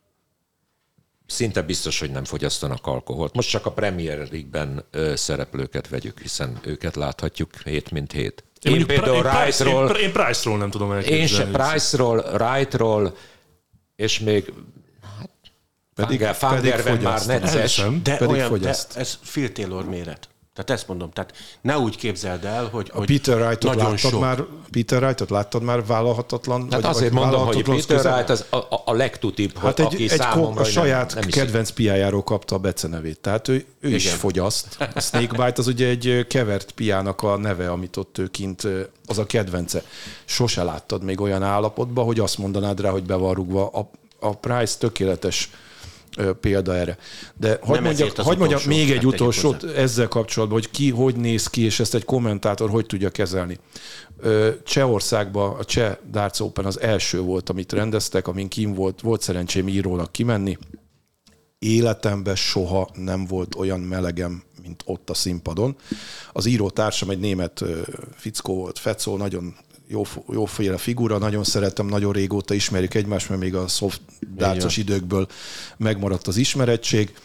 szinte biztos, hogy nem fogyasztanak alkoholt? Most csak a Premier League-ben ö, szereplőket vegyük, hiszen őket láthatjuk hét mint hét. Én, én például Wright-ról... Én, én Price-ról nem tudom elképzelni. Én se Price-ról, Wright-ról, és még... Pedig, Fangerven már necces. De, pedig olyan, de fogyaszt. ez Phil Taylor méret. Tehát ezt mondom, tehát ne úgy képzeld el, hogy, A hogy Peter Wright-ot nagyon láttad sok. már, Peter Wright-ot láttad már vállalhatatlan? Hát vagy, azért vagy mondom, hogy Peter közel? Wright az a, a, a legtutibb, Hát hogy egy, aki egy számomra a saját nem, nem kedvenc piájáról kapta a becenevét. Tehát ő, ő is fogyaszt. A Snakebite az ugye egy kevert piának a neve, amit ott ő kint, az a kedvence. Sose láttad még olyan állapotban, hogy azt mondanád rá, hogy be van rúgva. A, a Price tökéletes példa erre. De hogy mondjak, hogy mondjak még egy utolsót ezzel kapcsolatban, hogy ki hogy néz ki, és ezt egy kommentátor hogy tudja kezelni. Csehországban a Cseh Darts Open az első volt, amit rendeztek, amin kim volt, volt szerencsém írónak kimenni. Életemben soha nem volt olyan melegem, mint ott a színpadon. Az írótársam egy német fickó volt, Fecó, nagyon jó, jóféle figura, nagyon szeretem, nagyon régóta ismerjük egymást, mert még a soft dartsos időkből megmaradt az ismerettség,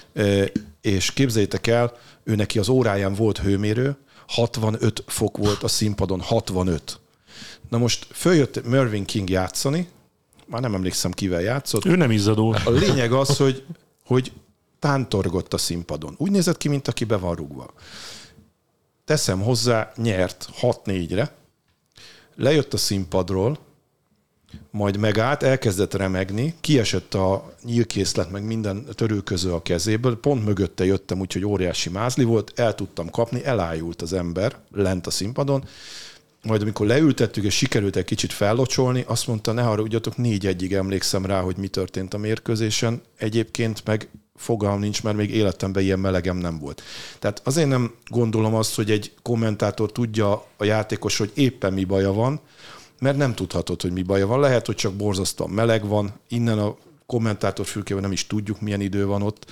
és képzeljétek el, ő neki az óráján volt hőmérő, hatvanöt fok volt a színpadon, hatvanöt. Na most följött Mervyn King játszani, már nem emlékszem, kivel játszott. Ő nem izzadó. A lényeg az, hogy, hogy tántorgott a színpadon. Úgy nézett ki, mint aki be van rúgva. Teszem hozzá, nyert hat négyre, lejött a színpadról, majd megállt, elkezdett remegni, kiesett a nyílkészlet, meg minden törőköző a kezéből, pont mögötte jöttem, úgyhogy óriási mázli volt, el tudtam kapni, elájult az ember lent a színpadon, majd amikor leültettük, és sikerült egy kicsit fellocsolni, azt mondta, ne haragudjatok, négy egyig emlékszem rá, hogy mi történt a mérkőzésen, egyébként meg fogalmam nincs, mert még életemben ilyen melegem nem volt. Tehát azért nem gondolom azt, hogy egy kommentátor tudja a játékos, hogy éppen mi baja van, mert nem tudhatod, hogy mi baja van. Lehet, hogy csak borzasztóan meleg van, innen a kommentátor fülkében nem is tudjuk, milyen idő van ott.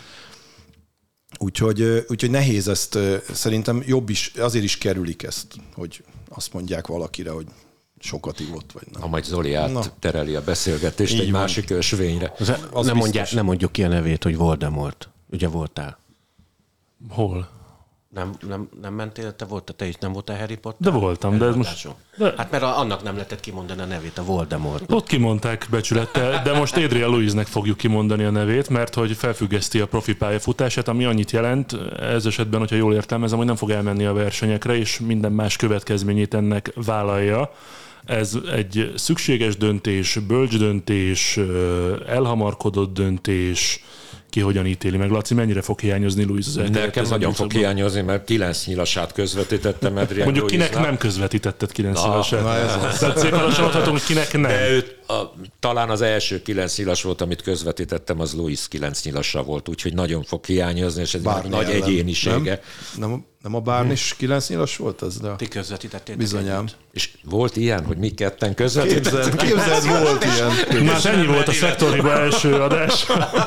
Úgyhogy, úgyhogy nehéz ezt, szerintem jobb is, azért is kerülik ezt, hogy azt mondják valakire, hogy sokat ivott, vagy nem. Ha majd Zoli áttereli a beszélgetést Így egy van. másik ösvényre. Az nem, mondják, nem mondjuk ki a nevét, hogy Voldemort. Ugye voltál? Hol? Nem, nem, nem mentél, te voltál, te is nem voltál Harry Potter? De voltam, de ez most... De... Hát mert annak nem lehetett kimondani a nevét, a Voldemort. Ott kimondták becsülettel, de most Adrian Louisnek fogjuk kimondani a nevét, mert hogy felfüggeszti a profi pályafutását, ami annyit jelent, ez esetben, hogyha jól értelmezem, hogy nem fog elmenni a versenyekre, és minden más következményét ennek vállalja. Ez egy szükséges döntés, bölcs döntés, elhamarkodott döntés, ki hogyan ítéli meg. Laci, mennyire fog hiányozni Luis az elnyert? Nekem nagyon fog hiányozni, mert kilenc nyilasát közvetítettem Adrian Mondjuk Luisnak. kinek nem közvetítetted kilenc nyilasát? Tehát szépen lassan adhatunk, hogy kinek nem. De őt, a, talán az első kilenc nyilas volt, amit közvetítettem, az Luis kilenc nyilasa volt, úgyhogy nagyon fog hiányozni, és ez már nagy ellen. Egyénisége. Nem, nem, nem a Bárnis kilenc nyilas volt ez? De ti közvetítettél. Bizonyám. És volt ilyen, hogy mi ketten közvetítettünk? Képzeld, képzeld volt ilyen. Már ennyi volt a Szektorhiba első adás.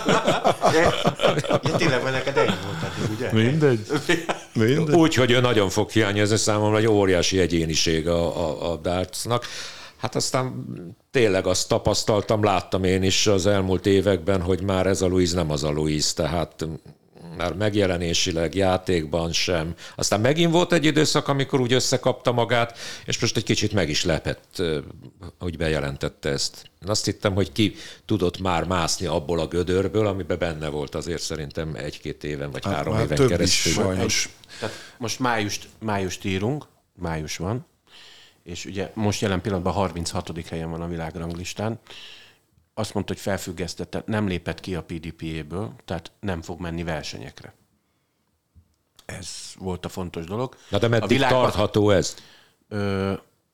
Ja, tényleg, mert neked ennyi volt eddig, ugye? Mindegy. Mindegy. Úgy, hogy ő nagyon fog hiányozni, számomra egy óriási egyéniség a, a, a dartsnak. Hát aztán tényleg azt tapasztaltam, láttam én is az elmúlt években, hogy már ez a Luis nem az a Luis, tehát már megjelenésileg, játékban sem. Aztán megint volt egy időszak, amikor úgy összekapta magát, és most egy kicsit meg is lepett, hogy bejelentette ezt. Én azt hittem, hogy ki tudott már mászni abból a gödörből, amiben benne volt azért szerintem egy-két éven, vagy hát három éven több keresztül. Is, sajnos. Tehát most májust, májust írunk, május van, és ugye most jelen pillanatban harminchatodik helyen van a világranglistán. Azt mondta, hogy felfüggesztette, nem lépett ki a pé dé pé á-ből, tehát nem fog menni versenyekre. Ez volt a fontos dolog. Na de meddig világban, tartható ez? Ö,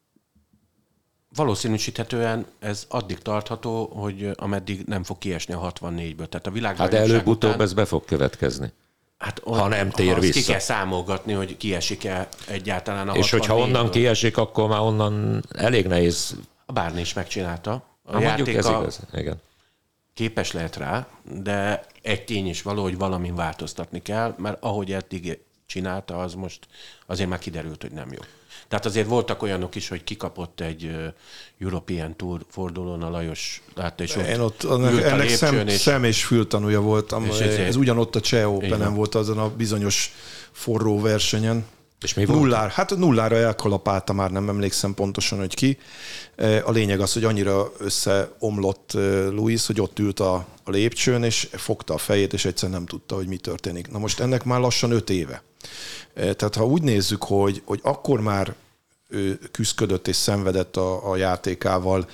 valószínűsíthetően ez addig tartható, hogy ameddig nem fog kiesni a hatvannégyből. Tehát a világbajnokság Hát előbb-utóbb után, ez be fog következni. Hát ha nem tér vissza. Ki kell számolgatni, hogy kiesik-e egyáltalán a és hogyha onnan kiesik, akkor már onnan elég nehéz. A Bárni is megcsinálta. A ha mondjuk ez játéka igaz. Igen. képes lehet rá, de egy tény is való, hogy valamin változtatni kell, mert ahogy eddig csinálta, az most azért már kiderült, hogy nem jó. Tehát azért voltak olyanok is, hogy kikapott egy European Tour fordulón, a Lajos látta, és Én ott annak, ennek szem, és, szem és fültanúja voltam. Ez, ez ugyanott a Cseh Openen volt azon a bizonyos forró versenyen. És mi Nullár, hát nullára elkalapálta, már nem emlékszem pontosan, hogy ki. A lényeg az, hogy annyira összeomlott Luis, hogy ott ült a, a lépcsőn, és fogta a fejét, és egyszerűen nem tudta, hogy mi történik. Na most ennek már lassan öt éve. Tehát ha úgy nézzük, hogy, hogy akkor már ő küszködött és szenvedett a, a játékával,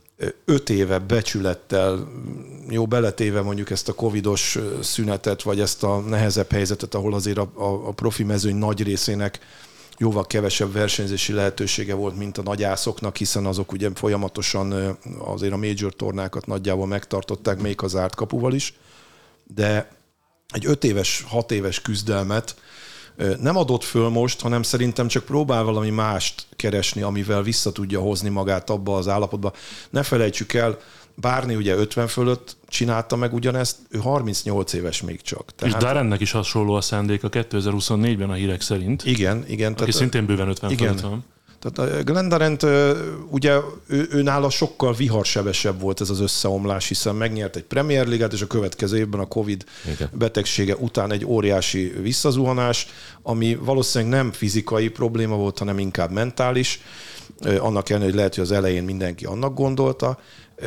öt éve becsülettel, jó beletéve mondjuk ezt a covidos szünetet, vagy ezt a nehezebb helyzetet, ahol azért a, a, a profi mezőny nagy részének jóval kevesebb versenyzési lehetősége volt, mint a nagyászoknak, hiszen azok ugye folyamatosan azért a major tornákat nagyjából megtartották, még az zárt kapuval is, de egy öt éves, hat éves küzdelmet nem adott föl most, hanem szerintem csak próbál valami mást keresni, amivel vissza tudja hozni magát abba az állapotba. Ne felejtsük el, Bárni ugye ötven fölött csinálta meg ugyanezt, ő harmincnyolc éves még csak. Tehát... És Darrennek is hasonló a szándéka kétezer-huszonnégyben a hírek szerint. Igen, igen. Aki tehát, szintén bőven ötven igen. fölött van. Tehát Glenn Durrant, ugye ő, ő nála sokkal viharsebesebb volt ez az összeomlás, hiszen megnyert egy Premier Ligát, és a következő évben a Covid igen. betegsége után egy óriási visszazuhanás, ami valószínűleg nem fizikai probléma volt, hanem inkább mentális. Annak ellenére, hogy lehet, hogy az elején mindenki annak gondolta,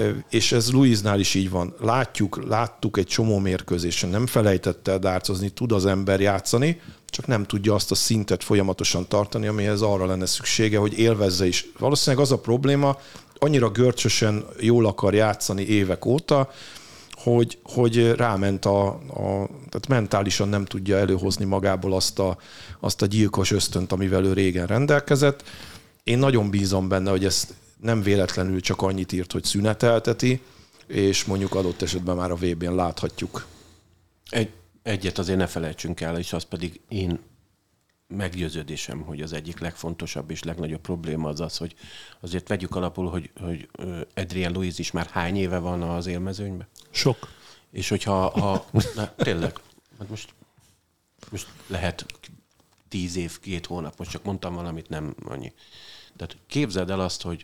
és ez Luisnál is így van. Látjuk, láttuk egy csomó mérkőzésen, nem felejtette el dárcozni, tud az ember játszani, csak nem tudja azt a szintet folyamatosan tartani, amihez arra lenne szüksége, hogy élvezze is. Valószínűleg az a probléma, annyira görcsösen jól akar játszani évek óta, hogy, hogy ráment a, a... tehát mentálisan nem tudja előhozni magából azt a, azt a gyilkos ösztönt, amivel ő régen rendelkezett. Én nagyon bízom benne, hogy ezt nem véletlenül csak annyit írt, hogy szünetelteti, és mondjuk adott esetben már a vé bén láthatjuk. Egy, egyet azért ne felejtsünk el, és az pedig én meggyőződésem, hogy az egyik legfontosabb és legnagyobb probléma az az, hogy azért vegyük alapul, hogy, hogy Adrian Luis is már hány éve van az élmezőnyben? Sok. És hogyha ha, na, tényleg, hát most, most lehet tíz év, két hónap, most csak mondtam valamit, nem annyi. Tehát képzeld el azt, hogy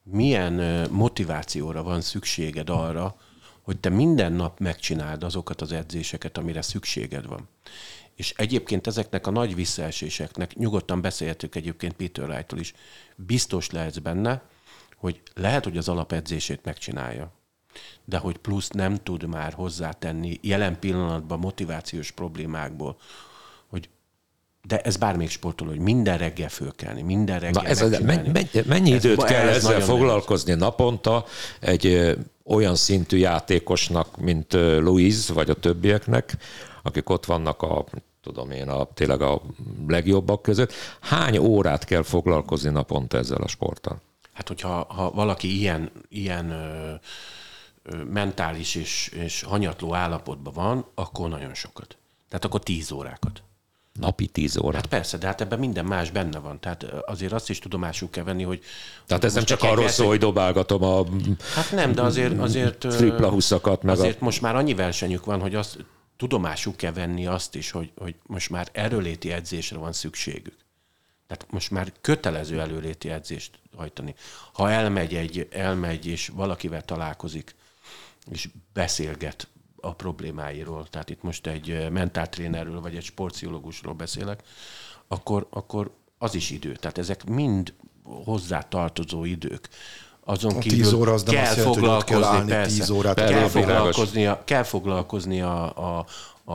milyen motivációra van szükséged arra, hogy te minden nap megcsináld azokat az edzéseket, amire szükséged van. És egyébként ezeknek a nagy visszaeséseknek, nyugodtan beszéltük egyébként Peter Wright-tól is, biztos lehetsz benne, hogy lehet, hogy az alapedzését megcsinálja, de hogy plusz nem tud már hozzátenni jelen pillanatban motivációs problémákból, hogy de ez bármelyik sportoló, hogy minden reggel fölkelni, minden reggel Na ez az, mennyi, mennyi időt ez, kell ez ezzel foglalkozni nehéz. Naponta egy olyan szintű játékosnak, mint Luiz, vagy a többieknek, akik ott vannak a, tudom én, a, tényleg a legjobbak között. Hány órát kell foglalkozni naponta ezzel a sporttal? Hát, hogyha ha valaki ilyen, ilyen ö, ö, mentális és, és hanyatló állapotban van, akkor nagyon sokat. Tehát akkor tíz órákat. Napi tíz órát. Hát persze, de hát ebben minden más benne van. Tehát azért azt is tudomásul kell venni, hogy... Tehát ez nem csak arról szól, hogy dobálgatom a... Hát nem, de azért... azért tripla huszakat, meg azért a... most már annyi versenyük van, hogy azt tudomásul kell venni azt is, hogy, hogy most már erőléti edzésre van szükségük. Tehát most már kötelező előléti edzést hajtani. Ha elmegy, egy, elmegy és valakivel találkozik, és beszélget a problémáiról, tehát itt most egy mentáltrénerről, vagy egy sportpszichológusról beszélek, akkor, akkor az is idő. Tehát ezek mind hozzá tartozó idők. Azon kívül tíz óra az nem kell azt jelenti, foglalkozni, hogy kell állni persze, tíz órát. kell foglalkoznia, kell foglalkoznia a, a,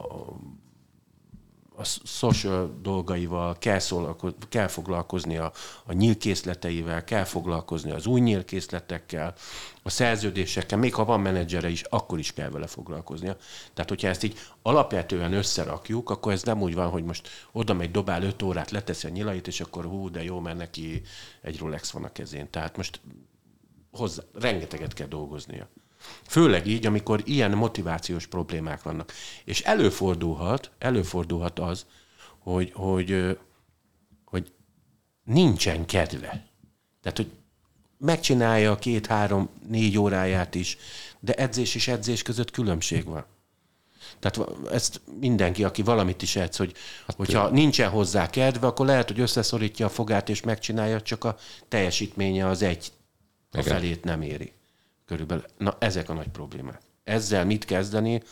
a social dolgaival, kell, szólako, kell foglalkozni a, a nyílkészleteivel, kell foglalkozni az új nyílkészletekkel, a szerződésekkel, még ha van menedzsere is, akkor is kell vele foglalkoznia. Tehát, hogyha ezt így alapvetően összerakjuk, akkor ez nem úgy van, hogy most oda megy, dobál öt órát, leteszi a nyilait, és akkor hú, de jó, mert neki egy Rolex van a kezén. Tehát most hozzá, rengeteget kell dolgoznia. Főleg így, amikor ilyen motivációs problémák vannak. És előfordulhat, előfordulhat az, hogy, hogy, hogy nincsen kedve. Tehát, hogy megcsinálja a két, három, négy óráját is, de edzés és edzés között különbség van. Tehát ezt mindenki, aki valamit is edz, hogy hát hogyha nincsen hozzá kedve, akkor lehet, hogy összeszorítja a fogát és megcsinálja, csak a teljesítménye az egy a Igen. felét nem éri. Körülbelül. Na, ezek a nagy problémák. Ezzel mit kezdeni?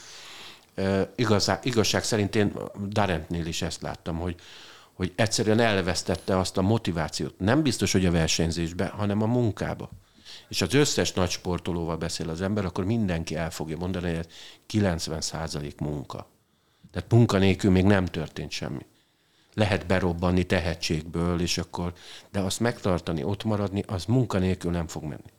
E, igazság, igazság szerint én Darentnél is ezt láttam, hogy, hogy egyszerűen elvesztette azt a motivációt. Nem biztos, hogy a versenyzésbe, hanem a munkába. És az összes nagy sportolóval beszél az ember, akkor mindenki el fogja mondani, hogy kilencven százalék munka. Tehát munka nélkül még nem történt semmi. Lehet berobbanni tehetségből, és akkor, de azt megtartani, ott maradni, az munka nélkül nem fog menni.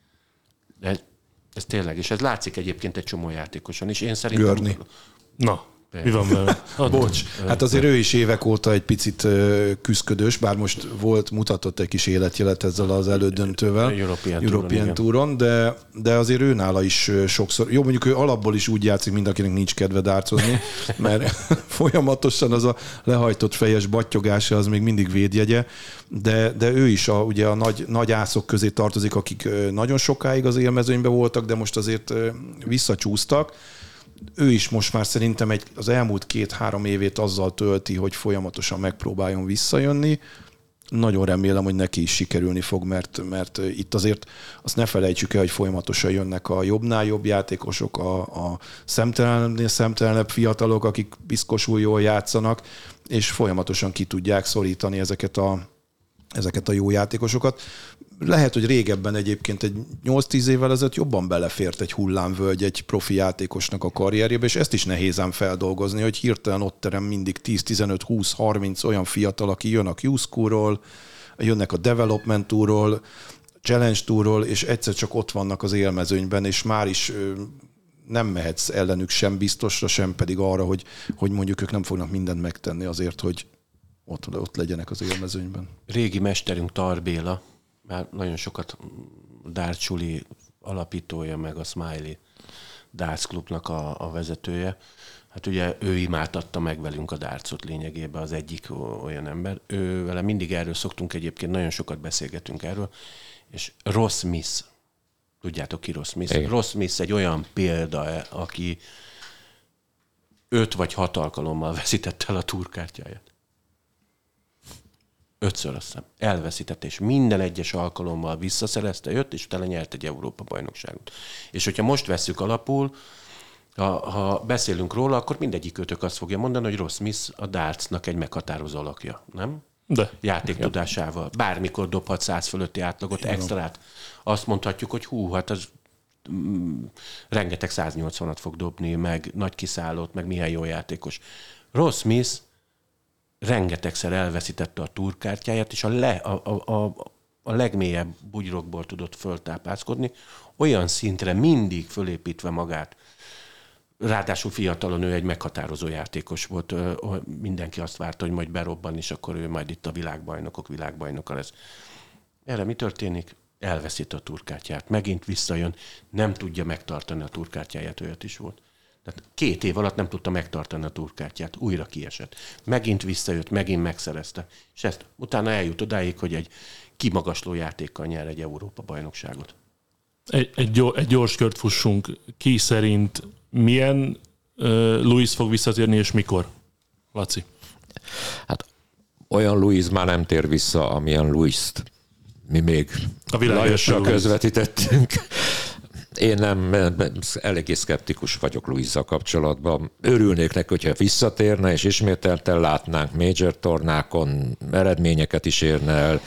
De ez tényleg, és ez látszik egyébként egy csomó játékoson is. Én szerintem... Görni. Na, mi van vele? Bocs, hát azért ő is évek óta egy picit küszködős, bár most volt, mutatott egy kis életjelet ezzel az elődöntővel, European, European Touron, de, de azért ő nála is sokszor, jó, mondjuk ő alapból is úgy játszik, mint akinek nincs kedve dárcozni, mert folyamatosan az a lehajtott fejes battyogása az még mindig védjegye, de, de ő is a, ugye a nagy, nagy ászok közé tartozik, akik nagyon sokáig az élmezőnyben voltak, de most azért visszacsúsztak. Ő is most már szerintem egy, az elmúlt két-három évét azzal tölti, hogy folyamatosan megpróbáljon visszajönni. Nagyon remélem, hogy neki is sikerülni fog, mert, mert itt azért azt ne felejtsük el, hogy folyamatosan jönnek a jobbnál jobb játékosok, a, a szemtelennél szemtelenebb fiatalok, akik piszkosul jól játszanak, és folyamatosan ki tudják szorítani ezeket a, ezeket a jó játékosokat. Lehet, hogy régebben egyébként egy nyolc-tíz évvel ezelőtt jobban belefért egy hullámvölgy egy profi játékosnak a karrierjébe, és ezt is nehéz ám feldolgozni, hogy hirtelen ott terem mindig tíz, tizenöt, húsz, harminc olyan fiatal, aki jön a Q-School-ról, jönnek a Development Tourról, Challenge Tourról, és egyszer csak ott vannak az élmezőnyben, és már is nem mehetsz ellenük sem biztosra, sem pedig arra, hogy, hogy mondjuk ők nem fognak mindent megtenni azért, hogy ott, ott legyenek az élmezőnyben. Régi mesterünk Tar Béla, már nagyon sokat Darts Suli alapítója, meg a Smiley Darts Klubnak a, a vezetője. Hát ugye ő imádtatta meg velünk a dartsot lényegében, az egyik olyan ember. Ő vele mindig erről szoktunk egyébként, nagyon sokat beszélgetünk erről, és Ross Smith, tudjátok ki Ross Smith? Igen. Ross Smith egy olyan példa, aki öt vagy hat alkalommal veszítette el a túrkártyáját. Ötször azt hiszem. Elveszített, és minden egyes alkalommal visszaszerezte, jött, és utána nyert egy Európa-bajnokságot. És hogyha most vesszük alapul, ha, ha beszélünk róla, akkor mindegyik ötök azt fogja mondani, hogy Ross Smith a dartsnak egy meghatározó alakja, nem? De. Játéktudásával. Bármikor dobhat száz fölötti átlagot, igen, extrát. Azt mondhatjuk, hogy hú, hát az mm, rengeteg száznyolcvanat fog dobni, meg nagy kiszállót, meg milyen jó játékos. Ross Smith rengetegszer elveszítette a túrkártyáját, és a, le, a, a, a a legmélyebb bugyrokból tudott föltápászkodni, olyan szintre mindig fölépítve magát. Ráadásul fiatalon ő egy meghatározó játékos volt. Mindenki azt várta, hogy majd berobban, és akkor ő majd itt a világbajnokok világbajnoka lesz. Erre mi történik? Elveszít a turkártyát. Megint visszajön, nem tudja megtartani a turkártyáját, olyat is volt. Tehát két év alatt nem tudta megtartani a turkártyát, újra kiesett. Megint visszajött, megint megszerezte. És ezt utána eljut odáig, hogy egy kimagasló játékkal nyer egy Európa-bajnokságot. Egy, egy, gyors, egy gyors kört fussunk. Ki szerint milyen uh, Luis fog visszatérni, és mikor? Laci? Hát olyan Luis már nem tér vissza, amilyen Luist mi még Lajossal közvetítettünk. Én nem, eléggé szkeptikus vagyok Luisszal kapcsolatban. Örülnék neki, hogyha visszatérne, és ismételten látnánk major tornákon, eredményeket is érne el.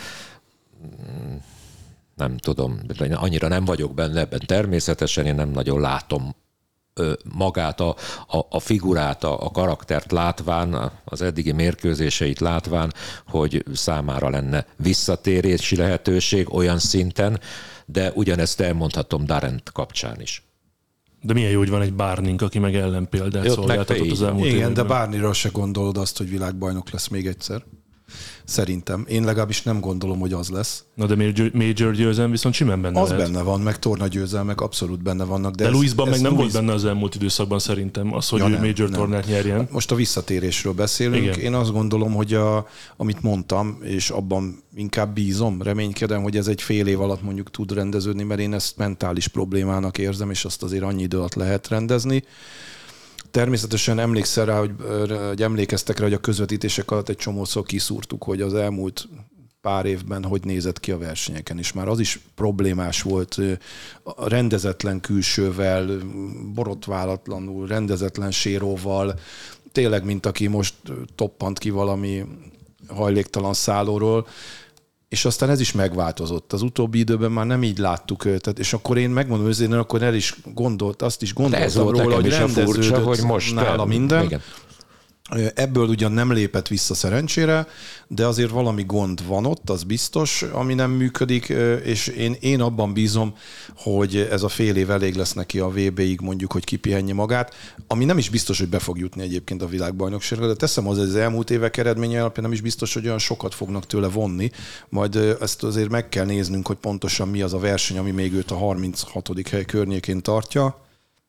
Nem tudom, annyira nem vagyok benne ebben. Természetesen én nem nagyon látom magát, a, a, a figurát, a, a karaktert látván, az eddigi mérkőzéseit látván, hogy számára lenne visszatérési lehetőség olyan szinten, de ugyanezt elmondhatom Darent kapcsán is. De milyen jó, hogy van egy Barnink, aki meg ellenpéldát szolgáltatott az elmúlt Igen, években. de Barneyról se gondolod azt, hogy világbajnok lesz még egyszer. Szerintem. Én legalábbis nem gondolom, hogy az lesz. Na de major győzelem viszont simán benne Az lehet. benne van, meg torna győzelmek abszolút benne vannak. De, de ez, Luisban ez meg nem Luis... volt benne az elmúlt időszakban szerintem az, hogy ja, ő nem, major nem. tornát nyerjen. Most a visszatérésről beszélünk. Igen. Én azt gondolom, hogy a, amit mondtam, és abban inkább bízom, reménykedem, hogy ez egy fél év alatt mondjuk tud rendeződni, mert én ezt mentális problémának érzem, és azt azért annyi idő alatt lehet rendezni. Természetesen emlékszel rá, hogy, hogy emlékeztek rá, hogy a közvetítések alatt egy csomószor kiszúrtuk, hogy az elmúlt pár évben hogy nézett ki a versenyeken, és már az is problémás volt, rendezetlen külsővel, borotválatlanul, rendezetlen séróval, tényleg, mint aki most toppant ki valami hajléktalan szállóról, és aztán ez is megváltozott. Az utóbbi időben már nem így láttuk őt, és akkor én megmondom őszintén, akkor el is gondolt, azt is gondoltam róla, hogy rendeződött furcsa, hogy most nála minden. Igen. Ebből ugyan nem lépett vissza szerencsére, de azért valami gond van ott, az biztos, ami nem működik, és én, én abban bízom, hogy ez a fél év elég lesz neki a vé béig mondjuk, hogy kipihenje magát, ami nem is biztos, hogy be fog jutni egyébként a világbajnokságra, de teszem az, az elmúlt évek eredménye alapján nem is biztos, hogy olyan sokat fognak tőle vonni, majd ezt azért meg kell néznünk, hogy pontosan mi az a verseny, ami még őt a harminchatodik hely környékén tartja.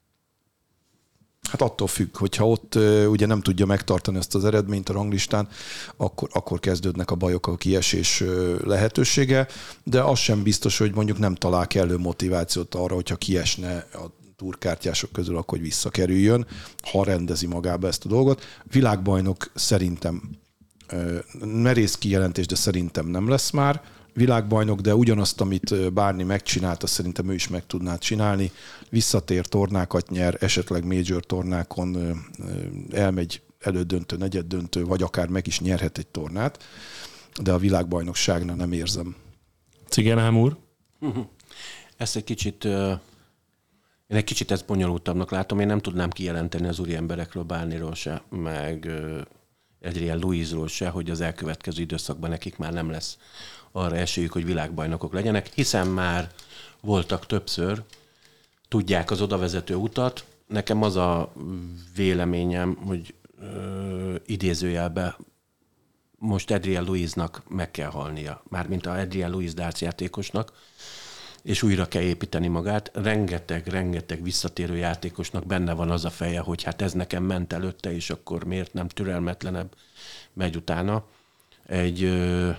Hát attól függ, hogyha ott uh, ugye nem tudja megtartani ezt az eredményt a ranglistán, akkor, akkor kezdődnek a bajok, a kiesés uh, lehetősége, de az sem biztos, hogy mondjuk nem talál kellő motivációt arra, hogyha kiesne a túrkártyások közül, akkor hogy visszakerüljön, ha rendezi magába ezt a dolgot. Világbajnok szerintem uh, merész kijelentés, de szerintem nem lesz már világbajnok, de ugyanazt, amit Barney megcsinálta, szerintem ő is meg tudná csinálni. Visszatér, tornákat nyer, esetleg major tornákon elmegy elődöntő, negyeddöntő, vagy akár meg is nyerhet egy tornát, de a világbajnokságnál nem érzem. Cigenhám úr? Uh-huh. Ezt egy kicsit, uh, én egy kicsit ezt bonyolultabbnak látom, én nem tudnám kijelenteni az úri emberekről, Barneyról se, meg uh, Adrian Luisról se, hogy az elkövetkező időszakban nekik már nem lesz arra esélyük, hogy világbajnokok legyenek, hiszen már voltak többször, tudják az odavezető utat. Nekem az a véleményem, hogy ö, idézőjelben most Adrian Luisnak meg kell halnia, mármint a Adrian Luis darts játékosnak, és újra kell építeni magát. Rengeteg, rengeteg visszatérő játékosnak benne van az a feje, hogy hát ez nekem ment előtte, és akkor miért nem türelmetlenebb megy utána. Egy... Ö,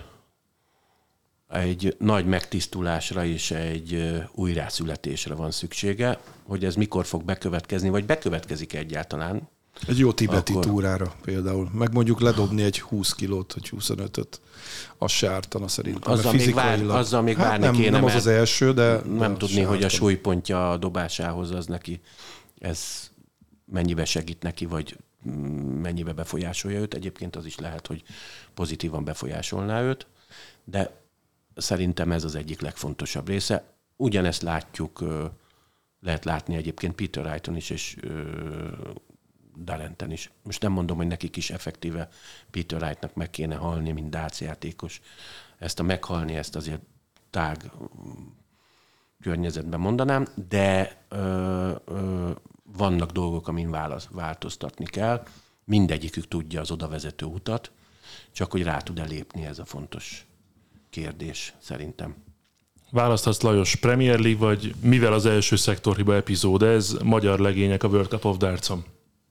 egy nagy megtisztulásra és egy újrászületésre van szüksége, hogy ez mikor fog bekövetkezni, vagy bekövetkezik egyáltalán. Egy jó tibeti akkor... túrára például. Meg mondjuk ledobni egy húsz kilót, vagy huszonötöt, az se ártana szerintem. Azzal még, vár, azzal még hát várni nem, kéne, nem az az első, de... Nem de tudni, hogy a súlypontja a dobásához az neki, ez mennyibe segít neki, vagy mennyibe befolyásolja őt. Egyébként az is lehet, hogy pozitívan befolyásolná őt, de szerintem ez az egyik legfontosabb része. Ugyanezt látjuk, lehet látni egyébként Peter Wrighton is, és Darenten is. Most nem mondom, hogy nekik is effektíve Peter Wrightnak meg kéne halni, mint darts játékos. Ezt a meghalni, ezt azért tág környezetben mondanám, de ö, ö, vannak dolgok, amin válasz, változtatni kell. Mindegyikük tudja az oda vezető utat, csak hogy rá tud-e lépni, ez a fontos kérdés szerintem. Választhatsz, Lajos, Premier League, vagy mivel az első szektorhiba epizód, ez magyar legények a World Cup of Darts-on?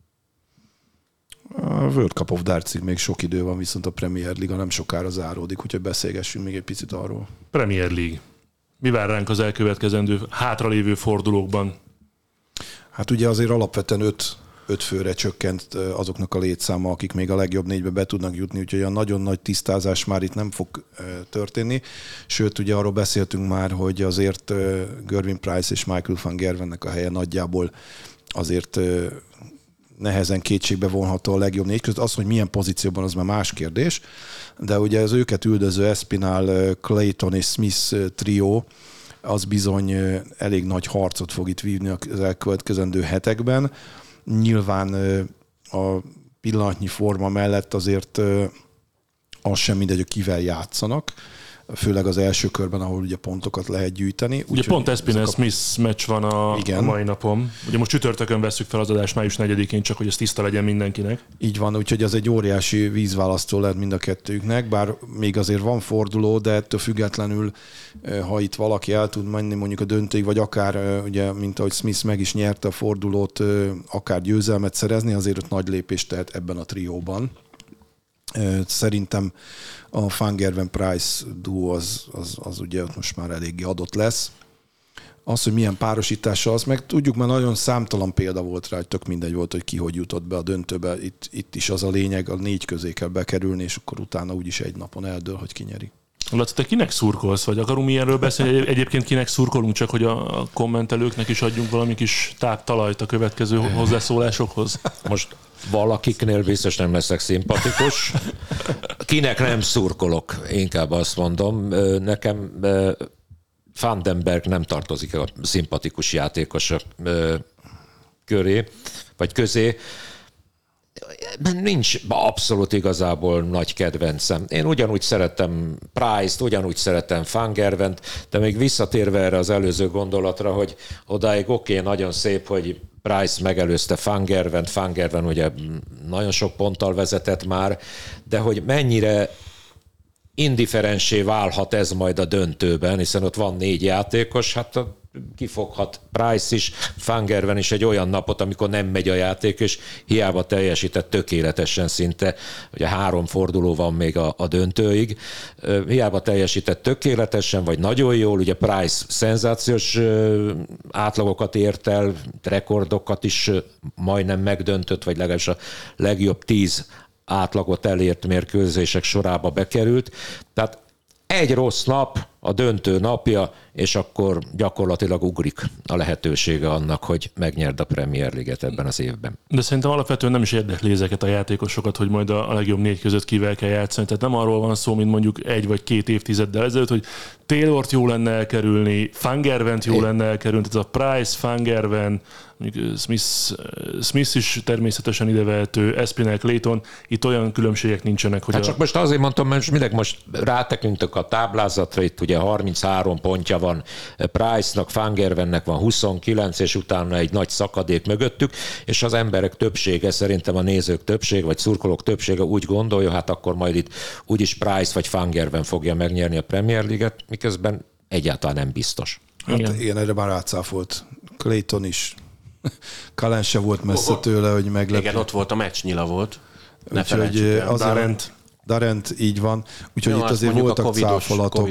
A World Cup of Dartsig még sok idő van, viszont a Premier League nem sokára záródik, úgyhogy beszélgessünk még egy picit arról. Premier League. Mi vár ránk az elkövetkezendő hátralévő fordulókban? Hát ugye azért alapvetően öt, öt főre csökkent azoknak a létszáma, akik még a legjobb négybe be tudnak jutni, úgyhogy a nagyon nagy tisztázás már itt nem fog történni. Sőt, ugye arról beszéltünk már, hogy azért Gerwyn Price és Michael van Gerwennek a helye nagyjából azért nehezen kétségbe vonható a legjobb négy között. Az, hogy milyen pozícióban, az már más kérdés, de ugye az őket üldöző Espinal, Clayton és Smith trió, az bizony elég nagy harcot fog itt vívni az elkövetkezendő hetekben. Nyilván a pillanatnyi forma mellett azért az sem mindegy, hogy kivel játszanak, főleg az első körben, ahol ugye pontokat lehet gyűjteni. Ugye pont Espinal Smith meccs van a, a mai napon. Ugye most csütörtökön vesszük fel az adást május negyedikén, csak hogy ez tiszta legyen mindenkinek. Így van, úgyhogy ez egy óriási vízválasztó lehet mind a kettőjüknek, bár még azért van forduló, de ettől függetlenül, ha itt valaki el tud menni mondjuk a döntőig, vagy akár, ugye, mint ahogy Smith meg is nyerte a fordulót, akár győzelmet szerezni, azért ott nagy lépést tehet ebben a trióban. Szerintem a Van Gerwen-Price duó az, az, az ugye ott most már eléggé adott lesz. Az, hogy milyen párosítása, az meg tudjuk, mert nagyon számtalan példa volt rá, hogy tök mindegy volt, hogy ki hogy jutott be a döntőbe. Itt, itt is az a lényeg, a négy közé kell bekerülni, és akkor utána úgyis egy napon eldől, hogy ki nyeri. Laci, te kinek szurkolsz, vagy akarunk ilyenről beszélni? Egyébként kinek szurkolunk, csak hogy a kommentelőknek is adjunk valami kis táptalajt a következő hozzászólásokhoz? Most valakiknél biztos nem leszek szimpatikus. Kinek nem szurkolok, inkább azt mondom. Nekem Vandenberg nem tartozik a szimpatikus játékosok köré, vagy közé. Nincs abszolút igazából nagy kedvencem. Én ugyanúgy szerettem Price-t, ugyanúgy szerettem Van Gerwent, de még visszatérve erre az előző gondolatra, hogy odáig oké, okay, nagyon szép, hogy Price megelőzte Van Gerwent, Van Gerwen ugye nagyon sok ponttal vezetett már, de hogy mennyire indiferensé válhat ez majd a döntőben, hiszen ott van négy játékos, hát kifoghat Price is, Van Gerwen is egy olyan napot, amikor nem megy a játék, és hiába teljesített tökéletesen szinte, ugye három forduló van még a, a döntőig, hiába teljesített tökéletesen, vagy nagyon jól, ugye Price szenzációs átlagokat ért el, rekordokat is majdnem megdöntött, vagy legalábbis a legjobb tíz átlagot elért mérkőzések sorába bekerült. Tehát egy rossz nap, a döntő napja, és akkor gyakorlatilag ugrik a lehetősége annak, hogy megnyerd a Premier League-et ebben az évben. De szerintem alapvetően nem is érdekli ezeket a játékosokat, hogy majd a legjobb négy között kivel kell játszani. Tehát nem arról van szó, mint mondjuk egy vagy két évtizeddel ezelőtt, hogy Taylort jó lenne elkerülni, Van Gerwent jó lenne elkerülni, tehát a Price, Van Gerwen, mondjuk Smith, Smith is természetesen idevehető, Espinal, Clayton, itt olyan különbségek nincsenek, hogy hát a... csak most azért mondtam, mert mindegy, most rátekintök a táblázatra, itt ugye harminchárom pontja van Price-nak, Van Gerwennek van huszonkilenc, és utána egy nagy szakadék mögöttük, és az emberek többsége, szerintem a nézők többsége, vagy szurkolók többsége úgy gondolja, hát akkor majd itt úgyis Price vagy Van Gerwen fogja megnyerni a Premier League-et, miközben egyáltalán nem biztos. Hát igen, igen, erre már átszáfolt. Clayton is. Kalán se volt messze tőle, hogy meglepő. Igen, ott volt, a meccsnyila volt. Ne Úgyhogy Darent. Darent, így van. Úgyhogy itt azért voltak cáfolatok.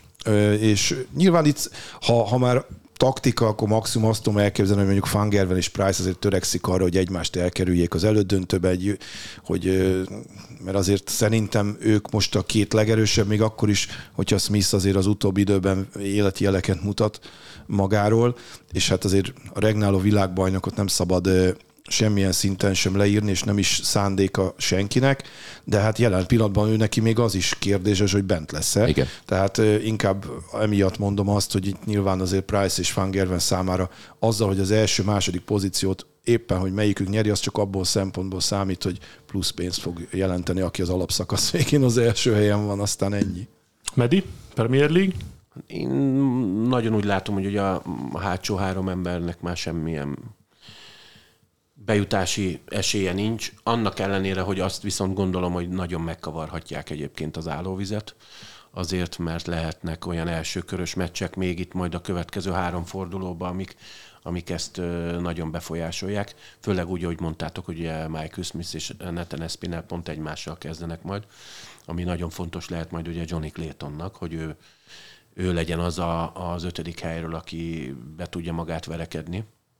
És nyilván itt, ha, ha már taktika, akkor maximum azt tudom elképzelni, hogy mondjuk Van Gerwen és Price azért törekszik arra, hogy egymást elkerüljék az elődöntőbe, egy, hogy, mert azért szerintem ők most a két legerősebb, még akkor is, hogyha Smith azért az utóbbi időben életi jeleket mutat magáról, és hát azért a regnáló világbajnokot nem szabad semmilyen szinten sem leírni, és nem is szándéka senkinek, de hát jelen pillanatban ő neki még az is kérdéses, hogy bent lesz-e. Igen. Tehát inkább emiatt mondom azt, hogy itt nyilván azért Price és Van Gerwen számára azzal, hogy az első-második pozíciót éppen, hogy melyikük nyeri, az csak abból szempontból számít, hogy plusz pénzt fog jelenteni, aki az alapszakasz végén az első helyen van, aztán ennyi. Medi, Premier League? Én nagyon úgy látom, hogy ugye a hátsó három embernek már semmilyen bejutási esélye nincs. Annak ellenére, hogy azt viszont gondolom, hogy nagyon megkavarhatják egyébként az állóvizet, azért, mert lehetnek olyan elsőkörös meccsek még itt majd a következő három fordulóban, amik, amik ezt nagyon befolyásolják. Főleg úgy, ahogy mondtátok, hogy Michael Smith és Nathan Espinel pont egymással kezdenek majd, ami nagyon fontos lehet majd ugye Johnny Claytonnak, hogy ő, ő legyen az a, az ötödik helyről, aki be tudja magát verekedni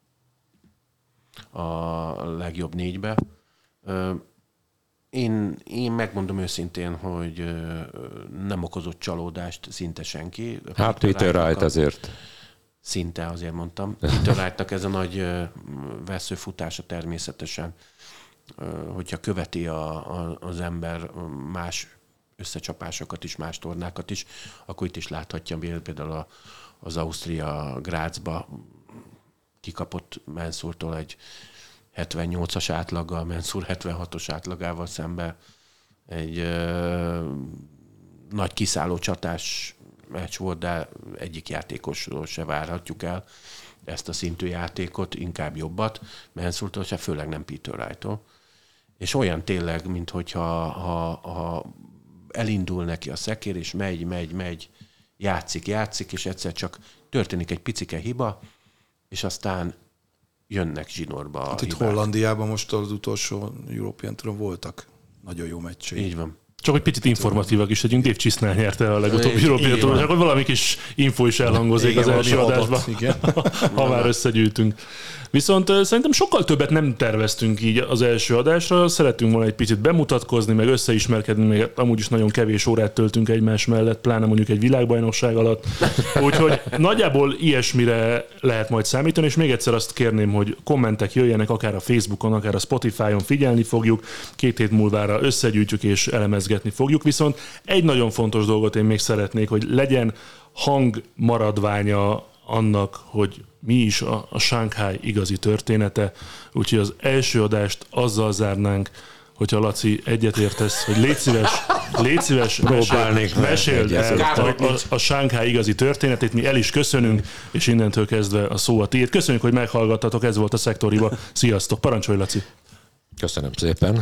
a legjobb négybe. Én, én megmondom őszintén, hogy nem okozott csalódást szinte senki. Hát Peter Wright azért. Szinte azért mondtam. Peter Wrightnak ez a nagy veszőfutása természetesen, hogyha követi a, a, az ember más összecsapásokat is, más tornákat is, akkor itt is láthatja például a, az Ausztria Grazba kikapott Mansourtól egy hetvennyolcas átlaggal, Mansour hetvenhatos átlagával szembe egy ö, nagy kiszálló csatás meccs volt, de egyik játékosról se várhatjuk el ezt a szintű játékot, inkább jobbat, Mansourtól se, főleg nem Peter Wright-tól. És olyan tényleg, mint hogyha ha, ha elindul neki a szekér, és megy, megy, megy, játszik, játszik, és egyszer csak történik egy picike hiba, és aztán jönnek zsinórba a hát itt hibák. Hollandiában most az utolsó European Touron voltak nagyon jó meccsei. Így van. Csak egy picit informatívak is legyünk. Dave Chisnell nyerte a legutóbbi European Touron, akkor valami kis info is elhangozik igen, az első adásban, ha már összegyűjtünk. Viszont szerintem sokkal többet nem terveztünk így az első adásra, szerettünk volna egy picit bemutatkozni, meg összeismerkedni, meg amúgy is nagyon kevés órát töltünk egymás mellett, pláne mondjuk egy világbajnokság alatt. Úgyhogy nagyjából ilyesmire lehet majd számítani, és még egyszer azt kérném, hogy kommentek jöjjenek akár a Facebookon, akár a Spotify-on, figyelni fogjuk, két hét múlvára összegyűjtjük és elemezgetni fogjuk. Viszont egy nagyon fontos dolgot én még szeretnék, hogy legyen hangmaradványa annak, hogy mi is a, a Shanghai igazi története. Úgyhogy az első adást azzal zárnánk, hogyha Laci egyetértesz, hogy légy szíves, légy szíves, meséld, meséld el a, a, a Shanghai igazi történetét, mi el is köszönünk, és innentől kezdve a szó a tiéd. Köszönjük, hogy meghallgattatok, ez volt a Szektorhiba. Sziasztok, parancsolj, Laci! Köszönöm szépen.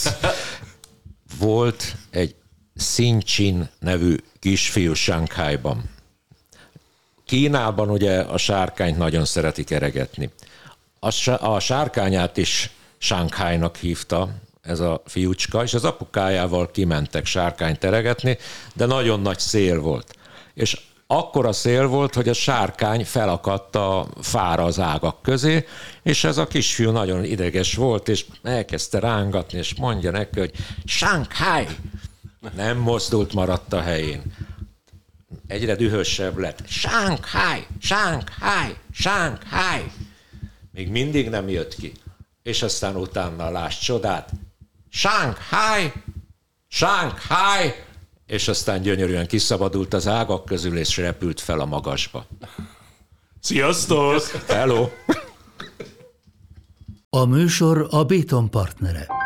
Volt egy Szincsin nevű kisfiú Shanghaiban. Kínában ugye a sárkányt nagyon szeretik eregetni. A, a sárkányát is Shanghainak hívta ez a fiúcska, és az apukájával kimentek sárkányt eregetni, de nagyon nagy szél volt. És akkora szél volt, hogy a sárkány felakadt a fára az ágak közé, és ez a kisfiú nagyon ideges volt, és elkezdte rángatni, és mondja neki, hogy Shanghai! Nem mozdult, maradt a helyén. Egyre dühösebb lett. Shanghai! Shanghai! Shanghai! Még mindig nem jött ki. És aztán utána lásd csodát. Shanghai! Shanghai! És aztán gyönyörűen kiszabadult az ágak közül, és repült fel a magasba. Sziasztok! Hello! A műsor a Béton partnere.